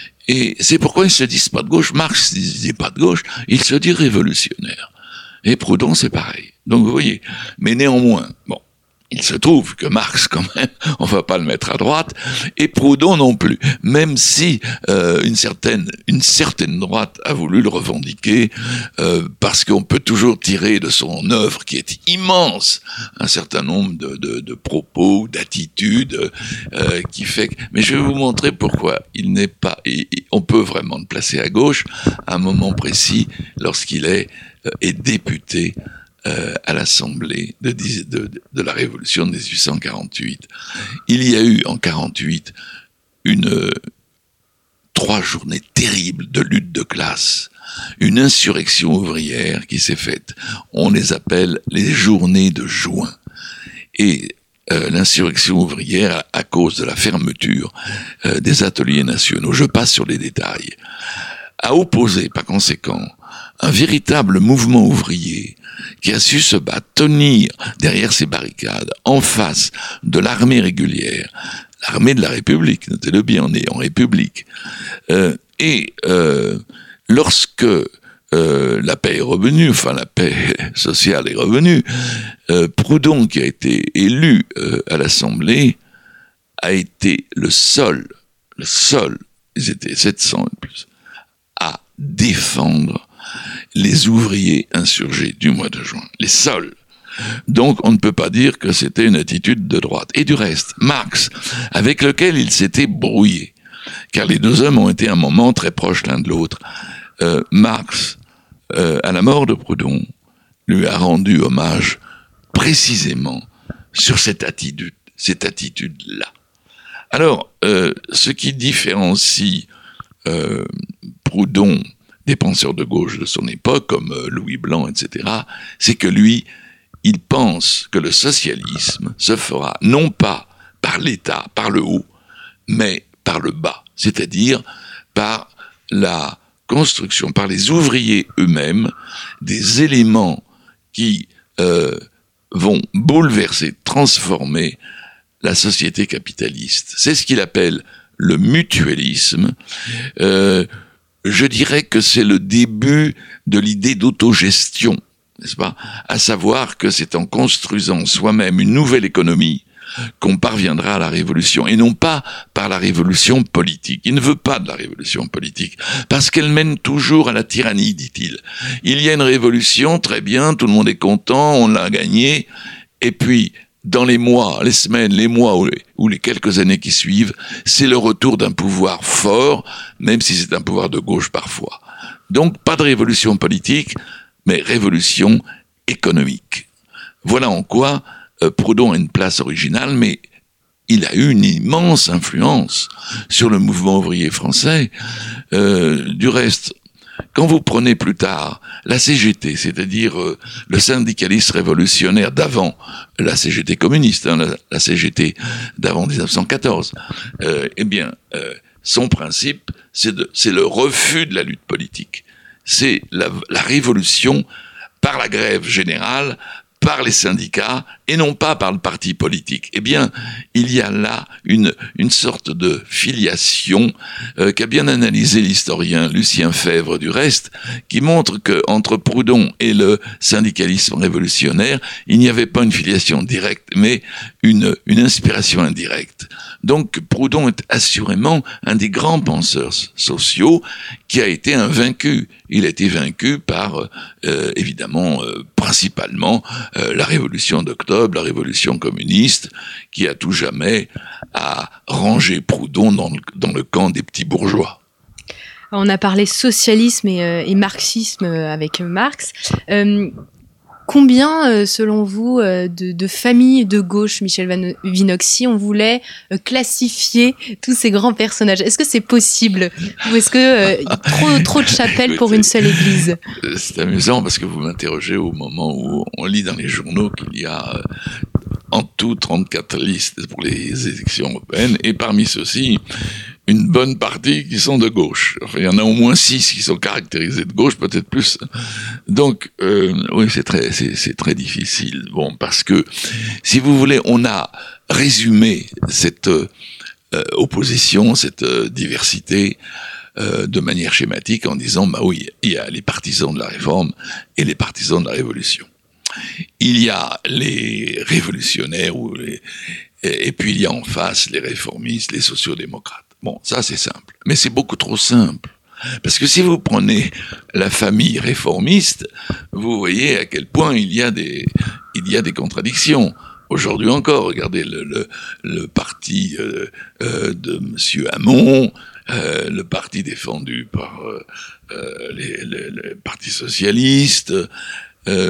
Et c'est pourquoi ils se disent pas de gauche. Marx ne disait pas de gauche, il se dit révolutionnaire. Et Proudhon, c'est pareil. Donc vous voyez. Mais néanmoins, bon, il se trouve que Marx, quand même, on va pas le mettre à droite, et Proudhon non plus. Même si euh, une certaine une certaine droite a voulu le revendiquer, euh, parce qu'on peut toujours tirer de son œuvre, qui est immense, un certain nombre de, de, de propos, d'attitudes, euh, qui fait. Que... Mais je vais vous montrer pourquoi il n'est pas. Et, et on peut vraiment le placer à gauche à un moment précis, lorsqu'il est euh, est député. Euh, à l'Assemblée de, de, de la Révolution de dix-huit cent quarante-huit. Il y a eu en quarante-huit une euh, trois journées terribles de lutte de classe, une insurrection ouvrière qui s'est faite. On les appelle les journées de juin. Et euh, l'insurrection ouvrière, à, à cause de la fermeture euh, des ateliers nationaux, je passe sur les détails, a opposé par conséquent un véritable mouvement ouvrier qui a su se battre, tenir derrière ces barricades, en face de l'armée régulière, l'armée de la République, notez-le bien, on est en République. Euh, et euh, lorsque euh, la paix est revenue, enfin la paix sociale est revenue, euh, Proudhon, qui a été élu euh, à l'Assemblée, a été le seul, le seul, ils étaient sept cents et plus, à défendre les ouvriers insurgés du mois de juin, les seuls. Donc on ne peut pas dire que c'était une attitude de droite. Et du reste, Marx, avec lequel il s'était brouillé, car les deux hommes ont été un moment très proches l'un de l'autre, euh, Marx, euh, à la mort de Proudhon, lui a rendu hommage précisément sur cette attitude, cette attitude-là. Alors, euh, ce qui différencie euh, Proudhon des penseurs de gauche de son époque, comme euh, Louis Blanc, et cetera, c'est que lui, il pense que le socialisme se fera non pas par l'État, par le haut, mais par le bas, c'est-à-dire par la construction, par les ouvriers eux-mêmes, des éléments qui euh, vont bouleverser, transformer la société capitaliste. C'est ce qu'il appelle le mutualisme. Euh, je dirais que c'est le début de l'idée d'autogestion, n'est-ce pas ? À savoir que c'est en construisant soi-même une nouvelle économie qu'on parviendra à la révolution, et non pas par la révolution politique. Il ne veut pas de la révolution politique, parce qu'elle mène toujours à la tyrannie, dit-il. Il y a une révolution, très bien, tout le monde est content, on l'a gagnée, et puis, dans les mois, les semaines, les mois ou les, ou les quelques années qui suivent, c'est le retour d'un pouvoir fort, même si c'est un pouvoir de gauche parfois. Donc, pas de révolution politique, mais révolution économique. Voilà en quoi euh, Proudhon a une place originale, mais il a eu une immense influence sur le mouvement ouvrier français. Euh, du reste, quand vous prenez plus tard la C G T, c'est-à-dire euh, le syndicalisme révolutionnaire d'avant la C G T communiste, hein, la, la C G T d'avant dix-neuf cent quatorze, euh, eh bien, euh, son principe, c'est, de, c'est le refus de la lutte politique. C'est la, la révolution par la grève générale, par les syndicats, et non pas par le parti politique. Eh bien, il y a là une, une sorte de filiation euh, qu'a bien analysé l'historien Lucien Febvre du reste, qui montre que entre Proudhon et le syndicalisme révolutionnaire, il n'y avait pas une filiation directe, mais une, une inspiration indirecte. Donc, Proudhon est assurément un des grands penseurs sociaux qui a été un vaincu. Il a été vaincu par, euh, évidemment, euh, principalement, euh, la révolution d'octobre, la révolution communiste, qui à tout jamais a rangé Proudhon dans le, dans le camp des petits bourgeois. On a parlé socialisme et, euh, et marxisme avec Marx. Euh, Combien, euh, selon vous, euh, de, de familles de gauche, Michel Van Vinoxy, on voulait euh, classifier tous ces grands personnages ? Est-ce que c'est possible ? Ou est-ce que euh, trop, trop de chapelles pour une seule église ? C'est amusant parce que vous m'interrogez au moment où on lit dans les journaux qu'il y a euh, en tout trente-quatre listes pour les élections européennes, et parmi ceux-ci, une bonne partie qui sont de gauche. Enfin, il y en a au moins six qui sont caractérisés de gauche, peut-être plus. Donc, euh, oui, c'est très, c'est, c'est très difficile. Bon, parce que, si vous voulez, on a résumé cette euh, opposition, cette euh, diversité euh, de manière schématique en disant, bah oui, il y a les partisans de la réforme et les partisans de la révolution. Il y a les révolutionnaires ou les, et puis il y a en face les réformistes, les sociodémocrates. Bon, ça c'est simple, mais c'est beaucoup trop simple. Parce que si vous prenez la famille réformiste, vous voyez à quel point il y a des, il y a des contradictions. Aujourd'hui encore, regardez le, le, le parti euh, euh, de Monsieur Hamon, euh, le parti défendu par euh, les, les, les partis socialistes. Euh,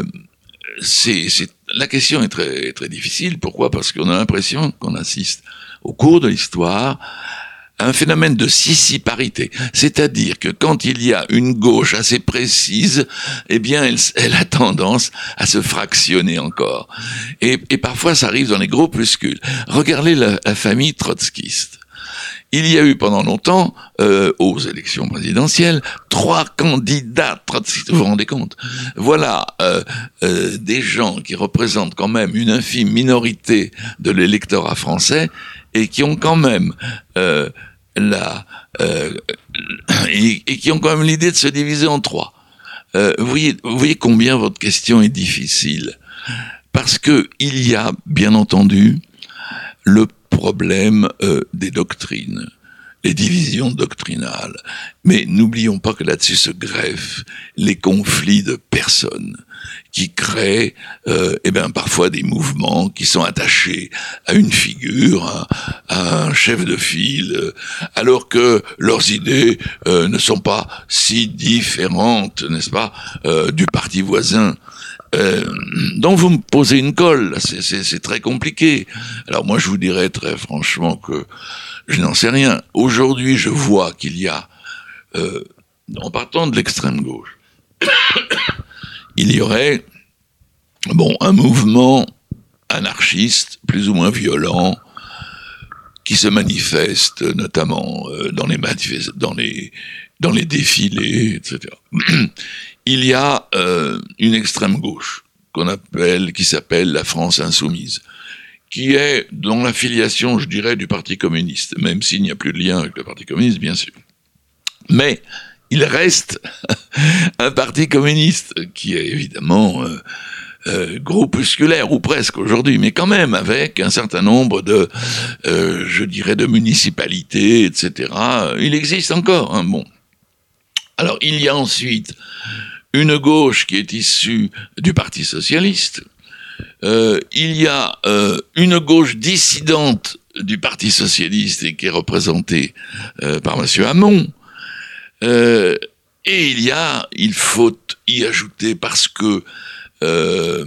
c'est, c'est, la question est très, très difficile. Pourquoi ? Parce qu'on a l'impression qu'on assiste au cours de l'histoire un phénomène de sissiparité, c'est-à-dire que quand il y a une gauche assez précise, eh bien, elle, elle a tendance à se fractionner encore. Et, et parfois, ça arrive dans les groupuscules. Regardez la, la famille trotskiste. Il y a eu pendant longtemps, euh, aux élections présidentielles, trois candidats trotskistes. Vous vous rendez compte ? Voilà euh, euh, des gens qui représentent quand même une infime minorité de l'électorat français et qui ont quand même euh, la euh, et, et qui ont quand même l'idée de se diviser en trois. Euh, vous voyez, vous voyez combien votre question est difficile, parce que il y a bien entendu le problème euh, des doctrines, les divisions doctrinales. Mais n'oublions pas que là-dessus se greffent les conflits de personnes qui créent euh, eh ben, parfois des mouvements qui sont attachés à une figure, à, à un chef de file, euh, alors que leurs idées euh, ne sont pas si différentes, n'est-ce pas, euh, du parti voisin. Euh, donc vous me posez une colle, c'est, c'est, c'est très compliqué. Alors moi je vous dirais très franchement que je n'en sais rien. Aujourd'hui je vois qu'il y a, euh, en partant de l'extrême gauche, il y aurait bon un mouvement anarchiste plus ou moins violent qui se manifeste notamment euh, dans les manifest- dans les dans les défilés, et cetera. Il y a euh, une extrême gauche qu'on appelle, qui s'appelle la France insoumise, qui est dans la filiation, je dirais, du Parti communiste, même s'il n'y a plus de lien avec le Parti communiste, bien sûr. Mais il reste un Parti communiste qui est évidemment euh, euh, groupusculaire, ou presque aujourd'hui, mais quand même avec un certain nombre de, euh, je dirais, de municipalités, et cetera. Il existe encore, hein, bon. Alors, il y a ensuite une gauche qui est issue du Parti socialiste. Euh, il y a euh, une gauche dissidente du Parti socialiste et qui est représentée euh, par Monsieur Hamon. Euh, et il y a, il faut y ajouter parce que euh,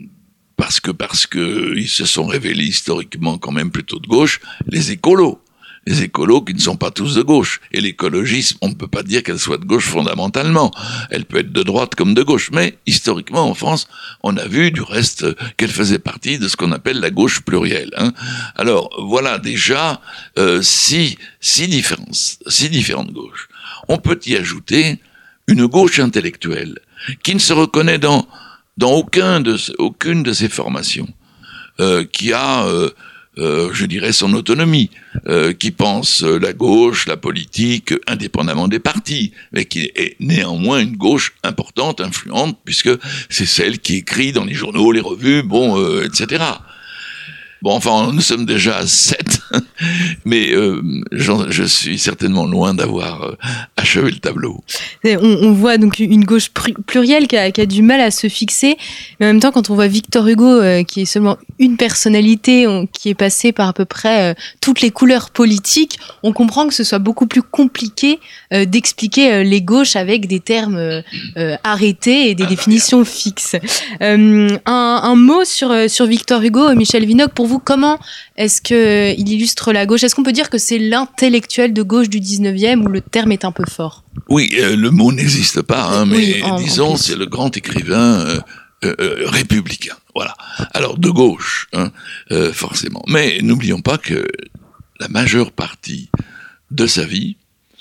parce que parce que ils se sont révélés historiquement quand même plutôt de gauche, les écolos. Les écolos qui ne sont pas tous de gauche. Et l'écologisme, on ne peut pas dire qu'elle soit de gauche fondamentalement. Elle peut être de droite comme de gauche. Mais historiquement, en France, on a vu du reste qu'elle faisait partie de ce qu'on appelle la gauche plurielle. Hein. Alors, voilà déjà euh, six, six, différences, six différentes gauches. On peut y ajouter une gauche intellectuelle qui ne se reconnaît dans, dans aucun de, aucune de ces formations, euh, qui a... Euh, Euh, je dirais son autonomie, euh, qui pense euh, la gauche, la politique, indépendamment des partis, mais qui est néanmoins une gauche importante, influente, puisque c'est celle qui écrit dans les journaux, les revues, bon, euh, et cetera. Bon, enfin, nous sommes déjà à sept, mais euh, je suis certainement loin d'avoir euh, achevé le tableau. On, on voit donc une gauche plurielle qui a, qui a du mal à se fixer, mais en même temps, quand on voit Victor Hugo, euh, qui est seulement une personnalité, on, qui est passée par à peu près euh, toutes les couleurs politiques, on comprend que ce soit beaucoup plus compliqué euh, d'expliquer euh, les gauches avec des termes euh, euh, arrêtés et des ah, définitions bien. fixes. Euh, un, un mot sur, sur Victor Hugo, Michel Vinocq, pour vous, comment est-ce qu'il illustre la gauche ? Est-ce qu'on peut dire que c'est l'intellectuel de gauche du dix-neuvième, où le terme est un peu fort ? Oui, euh, le mot n'existe pas, hein, mais oui, en, disons, en c'est le grand écrivain euh, euh, républicain. Voilà. Alors, de gauche, hein, euh, forcément. Mais n'oublions pas que la majeure partie de sa vie,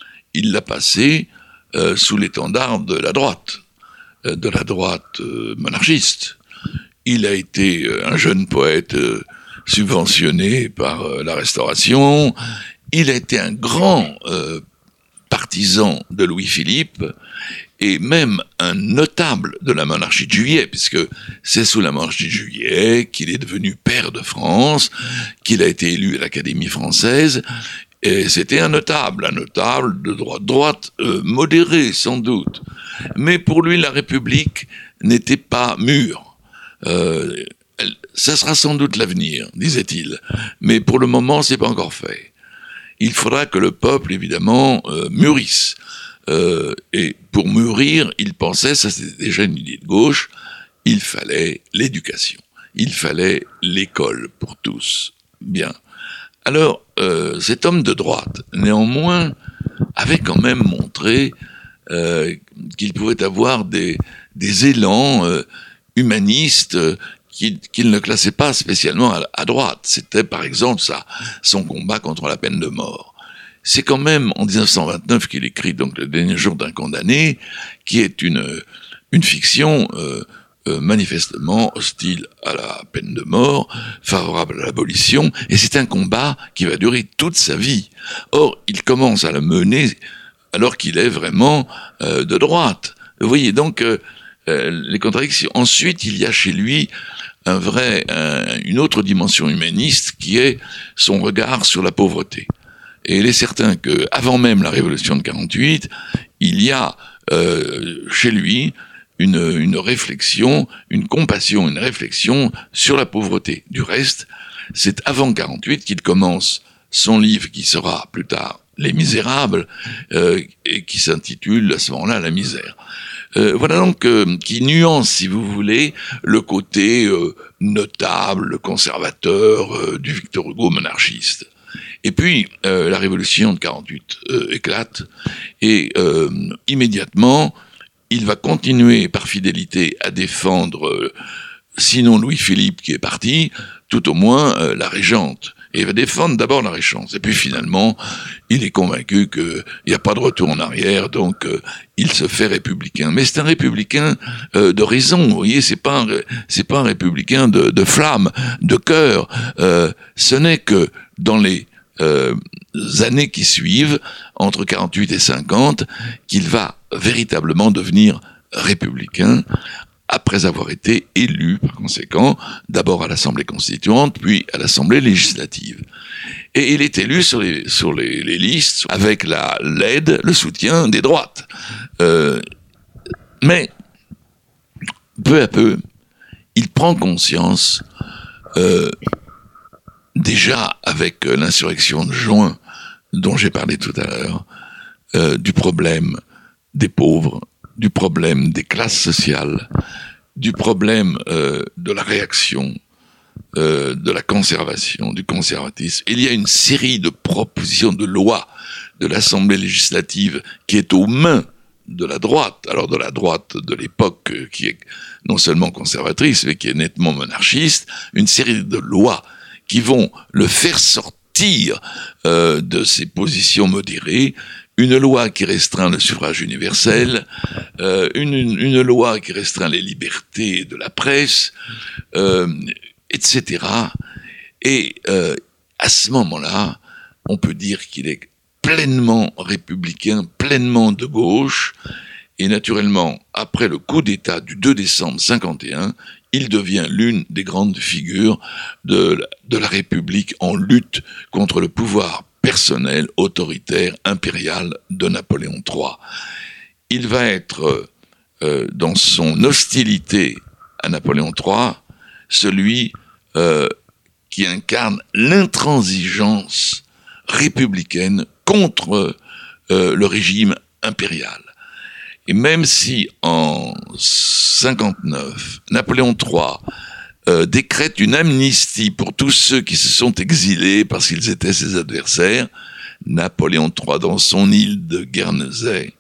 il l'a passée euh, sous l'étendard de la droite, euh, de la droite euh, monarchiste. Il a été euh, un jeune poète euh, subventionné par euh, la Restauration. Il a été un grand euh, partisan de Louis-Philippe et même un notable de la monarchie de Juillet, puisque c'est sous la monarchie de Juillet qu'il est devenu pair de France, qu'il a été élu à l'Académie française, et c'était un notable, un notable de droite, droite euh, modéré sans doute. Mais pour lui, la République n'était pas mûre. Euh, elle, ça sera sans doute l'avenir, disait-il, mais pour le moment, c'est pas encore fait. Il faudra que le peuple, évidemment, euh, mûrisse. Euh, et pour mûrir, il pensait, ça c'était déjà une idée de gauche, il fallait l'éducation, il fallait l'école pour tous. Bien. Alors, euh, cet homme de droite, néanmoins, avait quand même montré euh, qu'il pouvait avoir des, des élans euh, humanistes euh, qu'il, qu'il ne classait pas spécialement à, à droite. C'était, par exemple, ça, son combat contre la peine de mort. C'est quand même en dix-neuf cent vingt-neuf qu'il écrit donc Le dernier jour d'un condamné, qui est une, une fiction euh, euh, manifestement hostile à la peine de mort, favorable à l'abolition, et c'est un combat qui va durer toute sa vie. Or, il commence à la mener alors qu'il est vraiment euh, de droite. Vous voyez donc euh, euh, les contradictions. Ensuite, il y a chez lui un vrai, un, une autre dimension humaniste qui est son regard sur la pauvreté. Et il est certain que, avant même la révolution de quarante-huit, il y a euh, chez lui une, une réflexion, une compassion, une réflexion sur la pauvreté. Du reste, c'est avant quarante-huit qu'il commence son livre qui sera plus tard Les Misérables, euh, et qui s'intitule à ce moment-là La misère. Euh, voilà donc euh, qui nuance, si vous voulez, le côté euh, notable, conservateur euh, du Victor Hugo monarchiste. Et puis, euh, la révolution de quarante-huit euh, éclate, et euh, immédiatement, il va continuer par fidélité à défendre, euh, sinon Louis-Philippe qui est parti, tout au moins euh, la régente, Et il va défendre d'abord la régence. Et puis finalement, il est convaincu qu'il n'y a pas de retour en arrière, donc euh, il se fait républicain. Mais c'est un républicain euh, de raison, vous voyez, c'est pas un, c'est pas un républicain de, de flamme, de cœur. Euh, ce n'est que dans les euh, années qui suivent, entre quarante-huit et cinquante, qu'il va véritablement devenir républicain, après avoir été élu, par conséquent, d'abord à l'Assemblée constituante, puis à l'Assemblée législative. Et il est élu sur les, sur les, les listes avec la, l'aide, le soutien des droites. Euh, mais, peu à peu, il prend conscience, euh, déjà avec l'insurrection de juin, dont j'ai parlé tout à l'heure, euh, du problème des pauvres, du problème des classes sociales, du problème euh, de la réaction, euh, de la conservation, du conservatisme. Il y a une série de propositions de loi de l'Assemblée législative qui est aux mains de la droite, alors de la droite de l'époque euh, qui est non seulement conservatrice, mais qui est nettement monarchiste, une série de lois qui vont le faire sortir euh, de ses positions modérées, une loi qui restreint le suffrage universel, euh, une, une, une loi qui restreint les libertés de la presse, euh, et cetera. Et euh, à ce moment-là, on peut dire qu'il est pleinement républicain, pleinement de gauche, et naturellement, après le coup d'État du deux décembre cinquante et un, il devient l'une des grandes figures de la, de la République en lutte contre le pouvoir personnel, autoritaire, impérial de Napoléon trois. Il va être, euh, dans son hostilité à Napoléon trois, celui euh, qui incarne l'intransigeance républicaine contre euh, le régime impérial. Et même si en cinquante-neuf, Napoléon trois Euh, décrète une amnistie pour tous ceux qui se sont exilés parce qu'ils étaient ses adversaires, Napoléon trois, dans son île de Guernesey,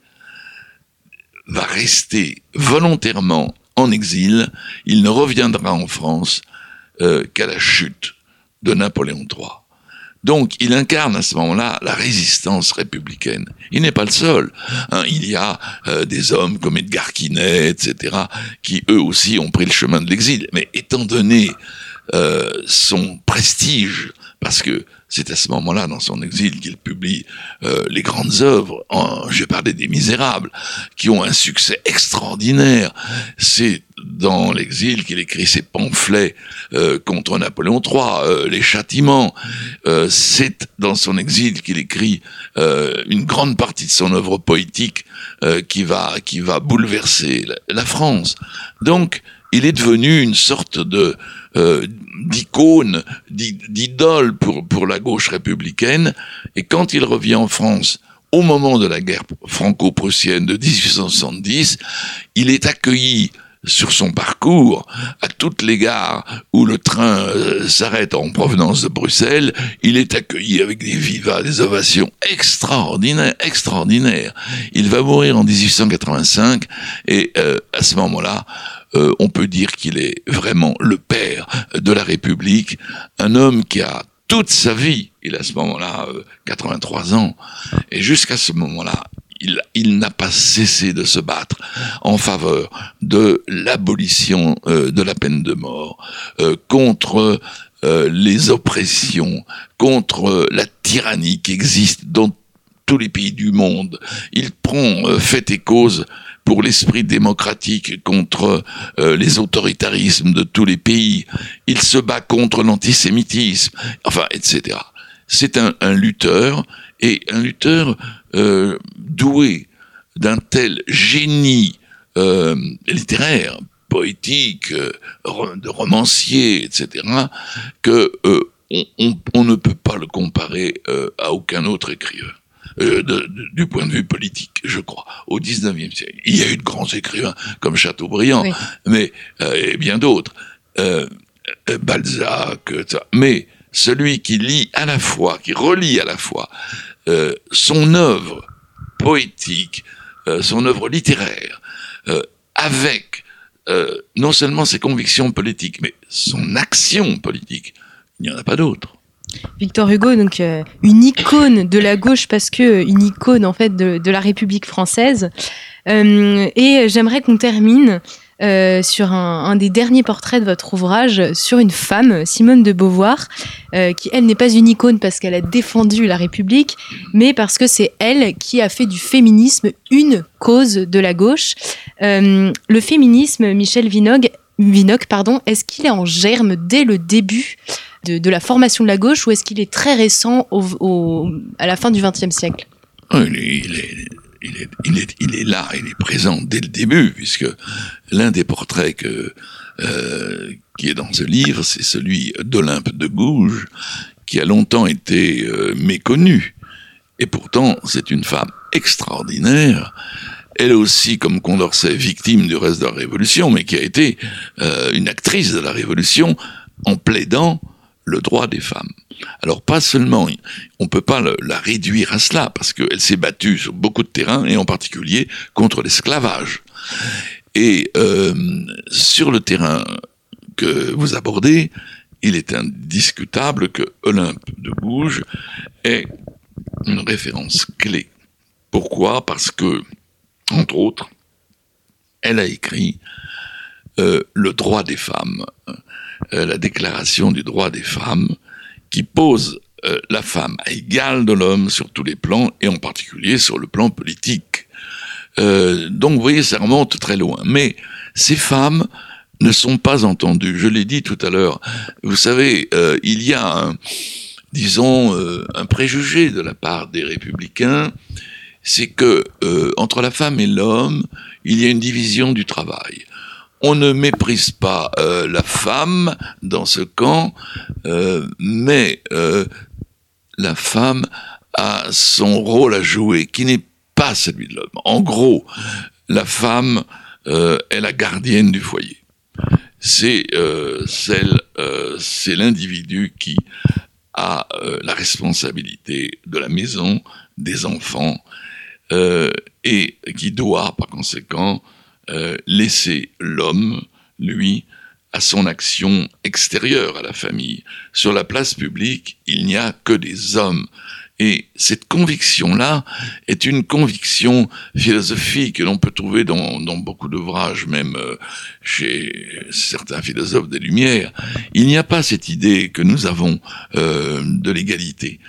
va rester volontairement en exil. Il ne reviendra en France euh, qu'à la chute de Napoléon trois. Donc, il incarne à ce moment-là la résistance républicaine. Il n'est pas le seul. Hein, il y a euh, des hommes comme Edgar Quinet, et cetera, qui eux aussi ont pris le chemin de l'exil. Mais étant donné euh, son prestige, parce que c'est à ce moment-là, dans son exil, qu'il publie euh, les grandes œuvres. En, je parlais des Misérables, qui ont un succès extraordinaire. C'est dans l'exil qu'il écrit ses pamphlets euh, contre Napoléon trois, euh, les châtiments. Euh, c'est dans son exil qu'il écrit euh, une grande partie de son œuvre poétique euh, qui va qui va bouleverser la, la France. Donc, il est devenu une sorte de euh, d'icône, d'idole pour pour la gauche républicaine. Et quand il revient en France, au moment de la guerre franco-prussienne de dix-huit cent soixante-dix, il est accueilli sur son parcours, à toutes les gares où le train euh, s'arrête en provenance de Bruxelles, il est accueilli avec des vivas, des ovations extraordinaires, extraordinaires. Il va mourir en dix-huit cent quatre-vingt-cinq et euh, à ce moment-là, euh, on peut dire qu'il est vraiment le père de la République, un homme qui a toute sa vie, il a à ce moment-là euh, quatre-vingt-trois ans, et jusqu'à ce moment-là, Il, il n'a pas cessé de se battre en faveur de l'abolition euh, de la peine de mort, euh, contre euh, les oppressions, contre la tyrannie qui existe dans tous les pays du monde. Il prend euh, fait et cause pour l'esprit démocratique contre euh, les autoritarismes de tous les pays. Il se bat contre l'antisémitisme, enfin, et cetera. C'est un, un lutteur, et un lutteur euh, doué d'un tel génie euh, littéraire, poétique, euh, de romancier, et cetera, que euh, on, on, on ne peut pas le comparer euh, à aucun autre écrivain. Euh, de, de, du point de vue politique, je crois, au dix-neuvième siècle. Il y a eu de grands écrivains comme Chateaubriand, oui. mais euh, et bien d'autres, euh, Balzac, ça. Mais celui qui lit à la fois, qui relit à la fois euh, son œuvre poétique, euh, son œuvre littéraire, euh, avec euh, non seulement ses convictions politiques, mais son action politique, il n'y en a pas d'autre. Victor Hugo, donc euh, une icône de la gauche parce que euh, une icône en fait de, de la République française. Euh, et j'aimerais qu'on termine euh, sur un, un des derniers portraits de votre ouvrage sur une femme, Simone de Beauvoir, euh, qui elle n'est pas une icône parce qu'elle a défendu la République, mais parce que c'est elle qui a fait du féminisme une cause de la gauche. Euh, le féminisme, Michel Vinocq, Vinocq, pardon, est-ce qu'il est en germe dès le début de, de la formation de la gauche ou est-ce qu'il est très récent au, au, à la fin du vingtième siècle ? Oh, il, est, il, est, il, est, il, est, il est là, il est présent dès le début, puisque l'un des portraits que, euh, qui est dans ce livre, c'est celui d'Olympe de Gouges, qui a longtemps été euh, méconnue. Et pourtant, c'est une femme extraordinaire. Elle aussi, comme Condorcet, victime du reste de la Révolution, mais qui a été euh, une actrice de la Révolution en plaidant le droit des femmes. Alors pas seulement, on peut pas le, la réduire à cela, parce qu'elle s'est battue sur beaucoup de terrains, et en particulier contre l'esclavage. Et euh, sur le terrain que vous abordez, il est indiscutable que Olympe de Gouges est une référence clé. Pourquoi ? Parce que, entre autres, elle a écrit euh, le droit des femmes, euh, la déclaration du droit des femmes, qui pose euh, la femme à égale de l'homme sur tous les plans, et en particulier sur le plan politique. Euh, donc, vous voyez, ça remonte très loin. Mais ces femmes ne sont pas entendues. Je l'ai dit tout à l'heure. Vous savez, euh, il y a un, disons, euh, un préjugé de la part des républicains, c'est que euh, entre la femme et l'homme, il y a une division du travail. On ne méprise pas euh, la femme dans ce camp, euh, mais euh, la femme a son rôle à jouer, qui n'est pas celui de l'homme. En gros, la femme euh, est la gardienne du foyer. C'est euh, celle, euh, c'est l'individu qui a euh, la responsabilité de la maison, des enfants, euh, et qui doit, par conséquent, euh, laisser l'homme, lui, à son action extérieure à la famille. Sur la place publique, il n'y a que des hommes. Et cette conviction-là est une conviction philosophique que l'on peut trouver dans, dans beaucoup d'ouvrages, même euh, chez certains philosophes des Lumières. Il n'y a pas cette idée que nous avons euh, de l'égalité.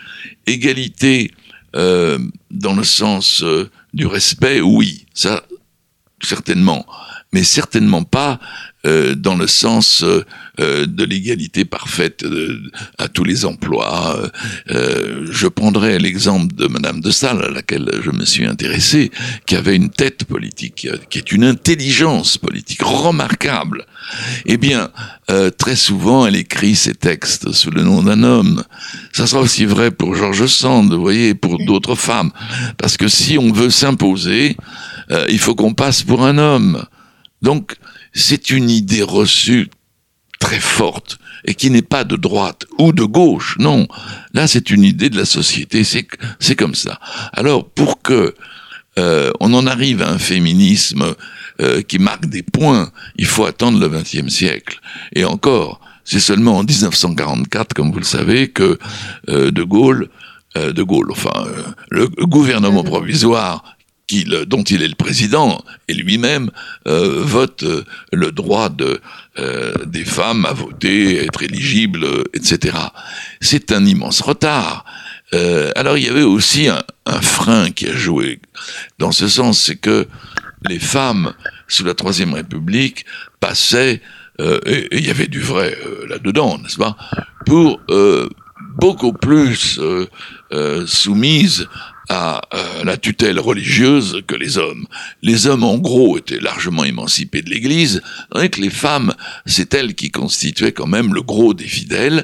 Égalité euh, dans le sens euh, du respect, oui, ça, certainement, mais certainement pas euh, dans le sens euh, de l'égalité parfaite euh, à tous les emplois. Euh, je prendrai l'exemple de Madame de Staël, à laquelle je me suis intéressé, qui avait une tête politique, qui est une intelligence politique remarquable. Eh bien, euh, très souvent, elle écrit ses textes sous le nom d'un homme. Ça sera aussi vrai pour George Sand, vous voyez, pour d'autres femmes. Parce que si on veut s'imposer, euh, il faut qu'on passe pour un homme. Donc, c'est une idée reçue très forte et qui n'est pas de droite ou de gauche, non. Là, c'est une idée de la société, c'est, c'est comme ça. Alors, pour que euh, on en arrive à un féminisme euh, qui marque des points, il faut attendre le vingtième siècle. Et encore, c'est seulement en dix-neuf cent quarante-quatre, comme vous le savez, que euh, De Gaulle, euh, De Gaulle, enfin, euh, le gouvernement provisoire dont il est le président, et lui-même euh, vote euh, le droit de, euh, des femmes à voter, à être éligibles, euh, et cetera. C'est un immense retard. Euh, alors il y avait aussi un, un frein qui a joué dans ce sens, c'est que les femmes, sous la Troisième République, passaient, euh, et il y avait du vrai euh, là-dedans, n'est-ce pas, pour euh, beaucoup plus euh, euh, soumises à euh, la tutelle religieuse que les hommes. Les hommes, en gros, étaient largement émancipés de l'Église, tandis que les femmes, c'est elles qui constituaient quand même le gros des fidèles,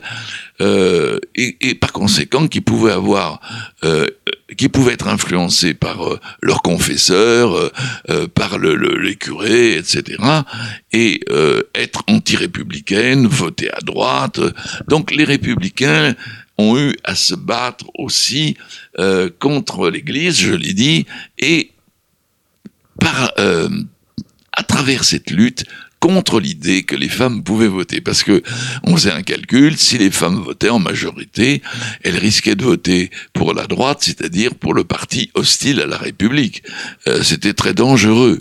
euh, et, et par conséquent, qui pouvaient avoir, euh, qui pouvaient être influencées par euh, leurs confesseurs, euh, euh, par le, le, les curés, et cetera, et euh, être anti-républicaines, voter à droite. Donc les républicains ont eu à se battre aussi euh, contre l'Église, je l'ai dit, et par, euh, à travers cette lutte, contre l'idée que les femmes pouvaient voter, parce que on faisait un calcul, si les femmes votaient en majorité, elles risquaient de voter pour la droite, c'est-à-dire pour le parti hostile à la République. Euh, c'était très dangereux.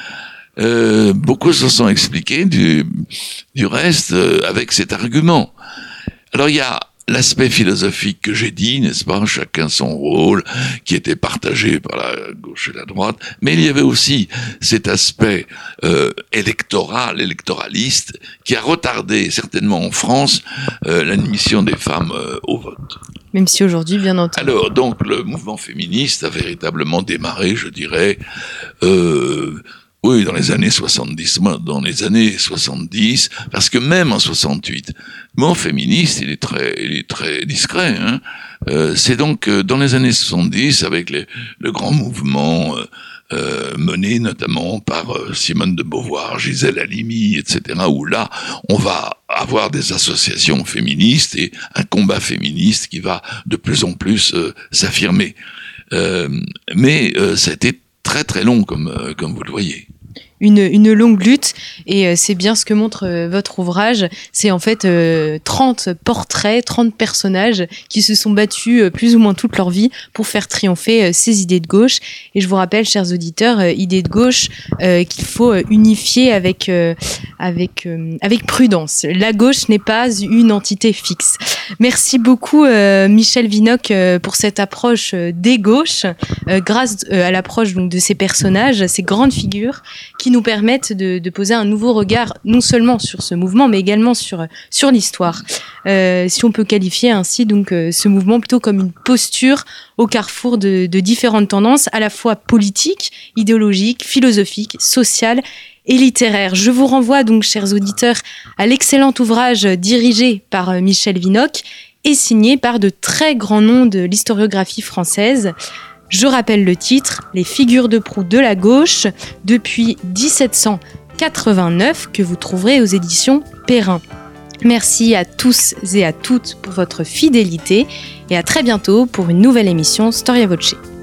Euh, beaucoup se sont expliqués du, du reste euh, avec cet argument. Alors il y a l'aspect philosophique que j'ai dit, n'est-ce pas, chacun son rôle, qui était partagé par la gauche et la droite, mais il y avait aussi cet aspect euh, électoral, électoraliste, qui a retardé certainement en France euh, l'admission des femmes euh, au vote. Même si aujourd'hui, bien entendu. Alors, donc, le mouvement féministe a véritablement démarré, je dirais, euh, oui, dans les années soixante-dix, dans les années soixante-dix, parce que même en soixante-huit, le mouvement féministe, il est très, il est très discret, hein. Euh, c'est donc euh, dans les années soixante-dix, avec les, le grand mouvement euh, euh, mené notamment par euh, Simone de Beauvoir, Gisèle Halimi, et cetera, où là, on va avoir des associations féministes et un combat féministe qui va de plus en plus euh, s'affirmer. Euh, mais euh, ça a été très très long, comme, euh, comme vous le voyez. Une, une longue lutte, et euh, c'est bien ce que montre euh, votre ouvrage. C'est en fait euh, trente portraits, trente personnages qui se sont battus euh, plus ou moins toute leur vie pour faire triompher euh, ces idées de gauche. Et je vous rappelle, chers auditeurs, euh, idées de gauche euh, qu'il faut euh, unifier avec, euh, avec, euh, avec prudence. La gauche n'est pas une entité fixe. Merci beaucoup euh, Michel Vinocq euh, pour cette approche euh, des gauches, euh, grâce euh, à l'approche donc, de ces personnages, ces grandes figures qui nous permettent de, de poser un nouveau regard non seulement sur ce mouvement mais également sur, sur l'histoire. Euh, si on peut qualifier ainsi donc euh, ce mouvement plutôt comme une posture au carrefour de, de différentes tendances à la fois politiques, idéologiques, philosophiques, sociales et littéraires. Je vous renvoie donc, chers auditeurs, à l'excellent ouvrage dirigé par euh, Michel Vinocq et signé par de très grands noms de l'historiographie française. Je rappelle le titre, Les figures de proue de la gauche, depuis dix-sept cent quatre-vingt-neuf, que vous trouverez aux éditions Perrin. Merci à tous et à toutes pour votre fidélité et à très bientôt pour une nouvelle émission Storia Voce.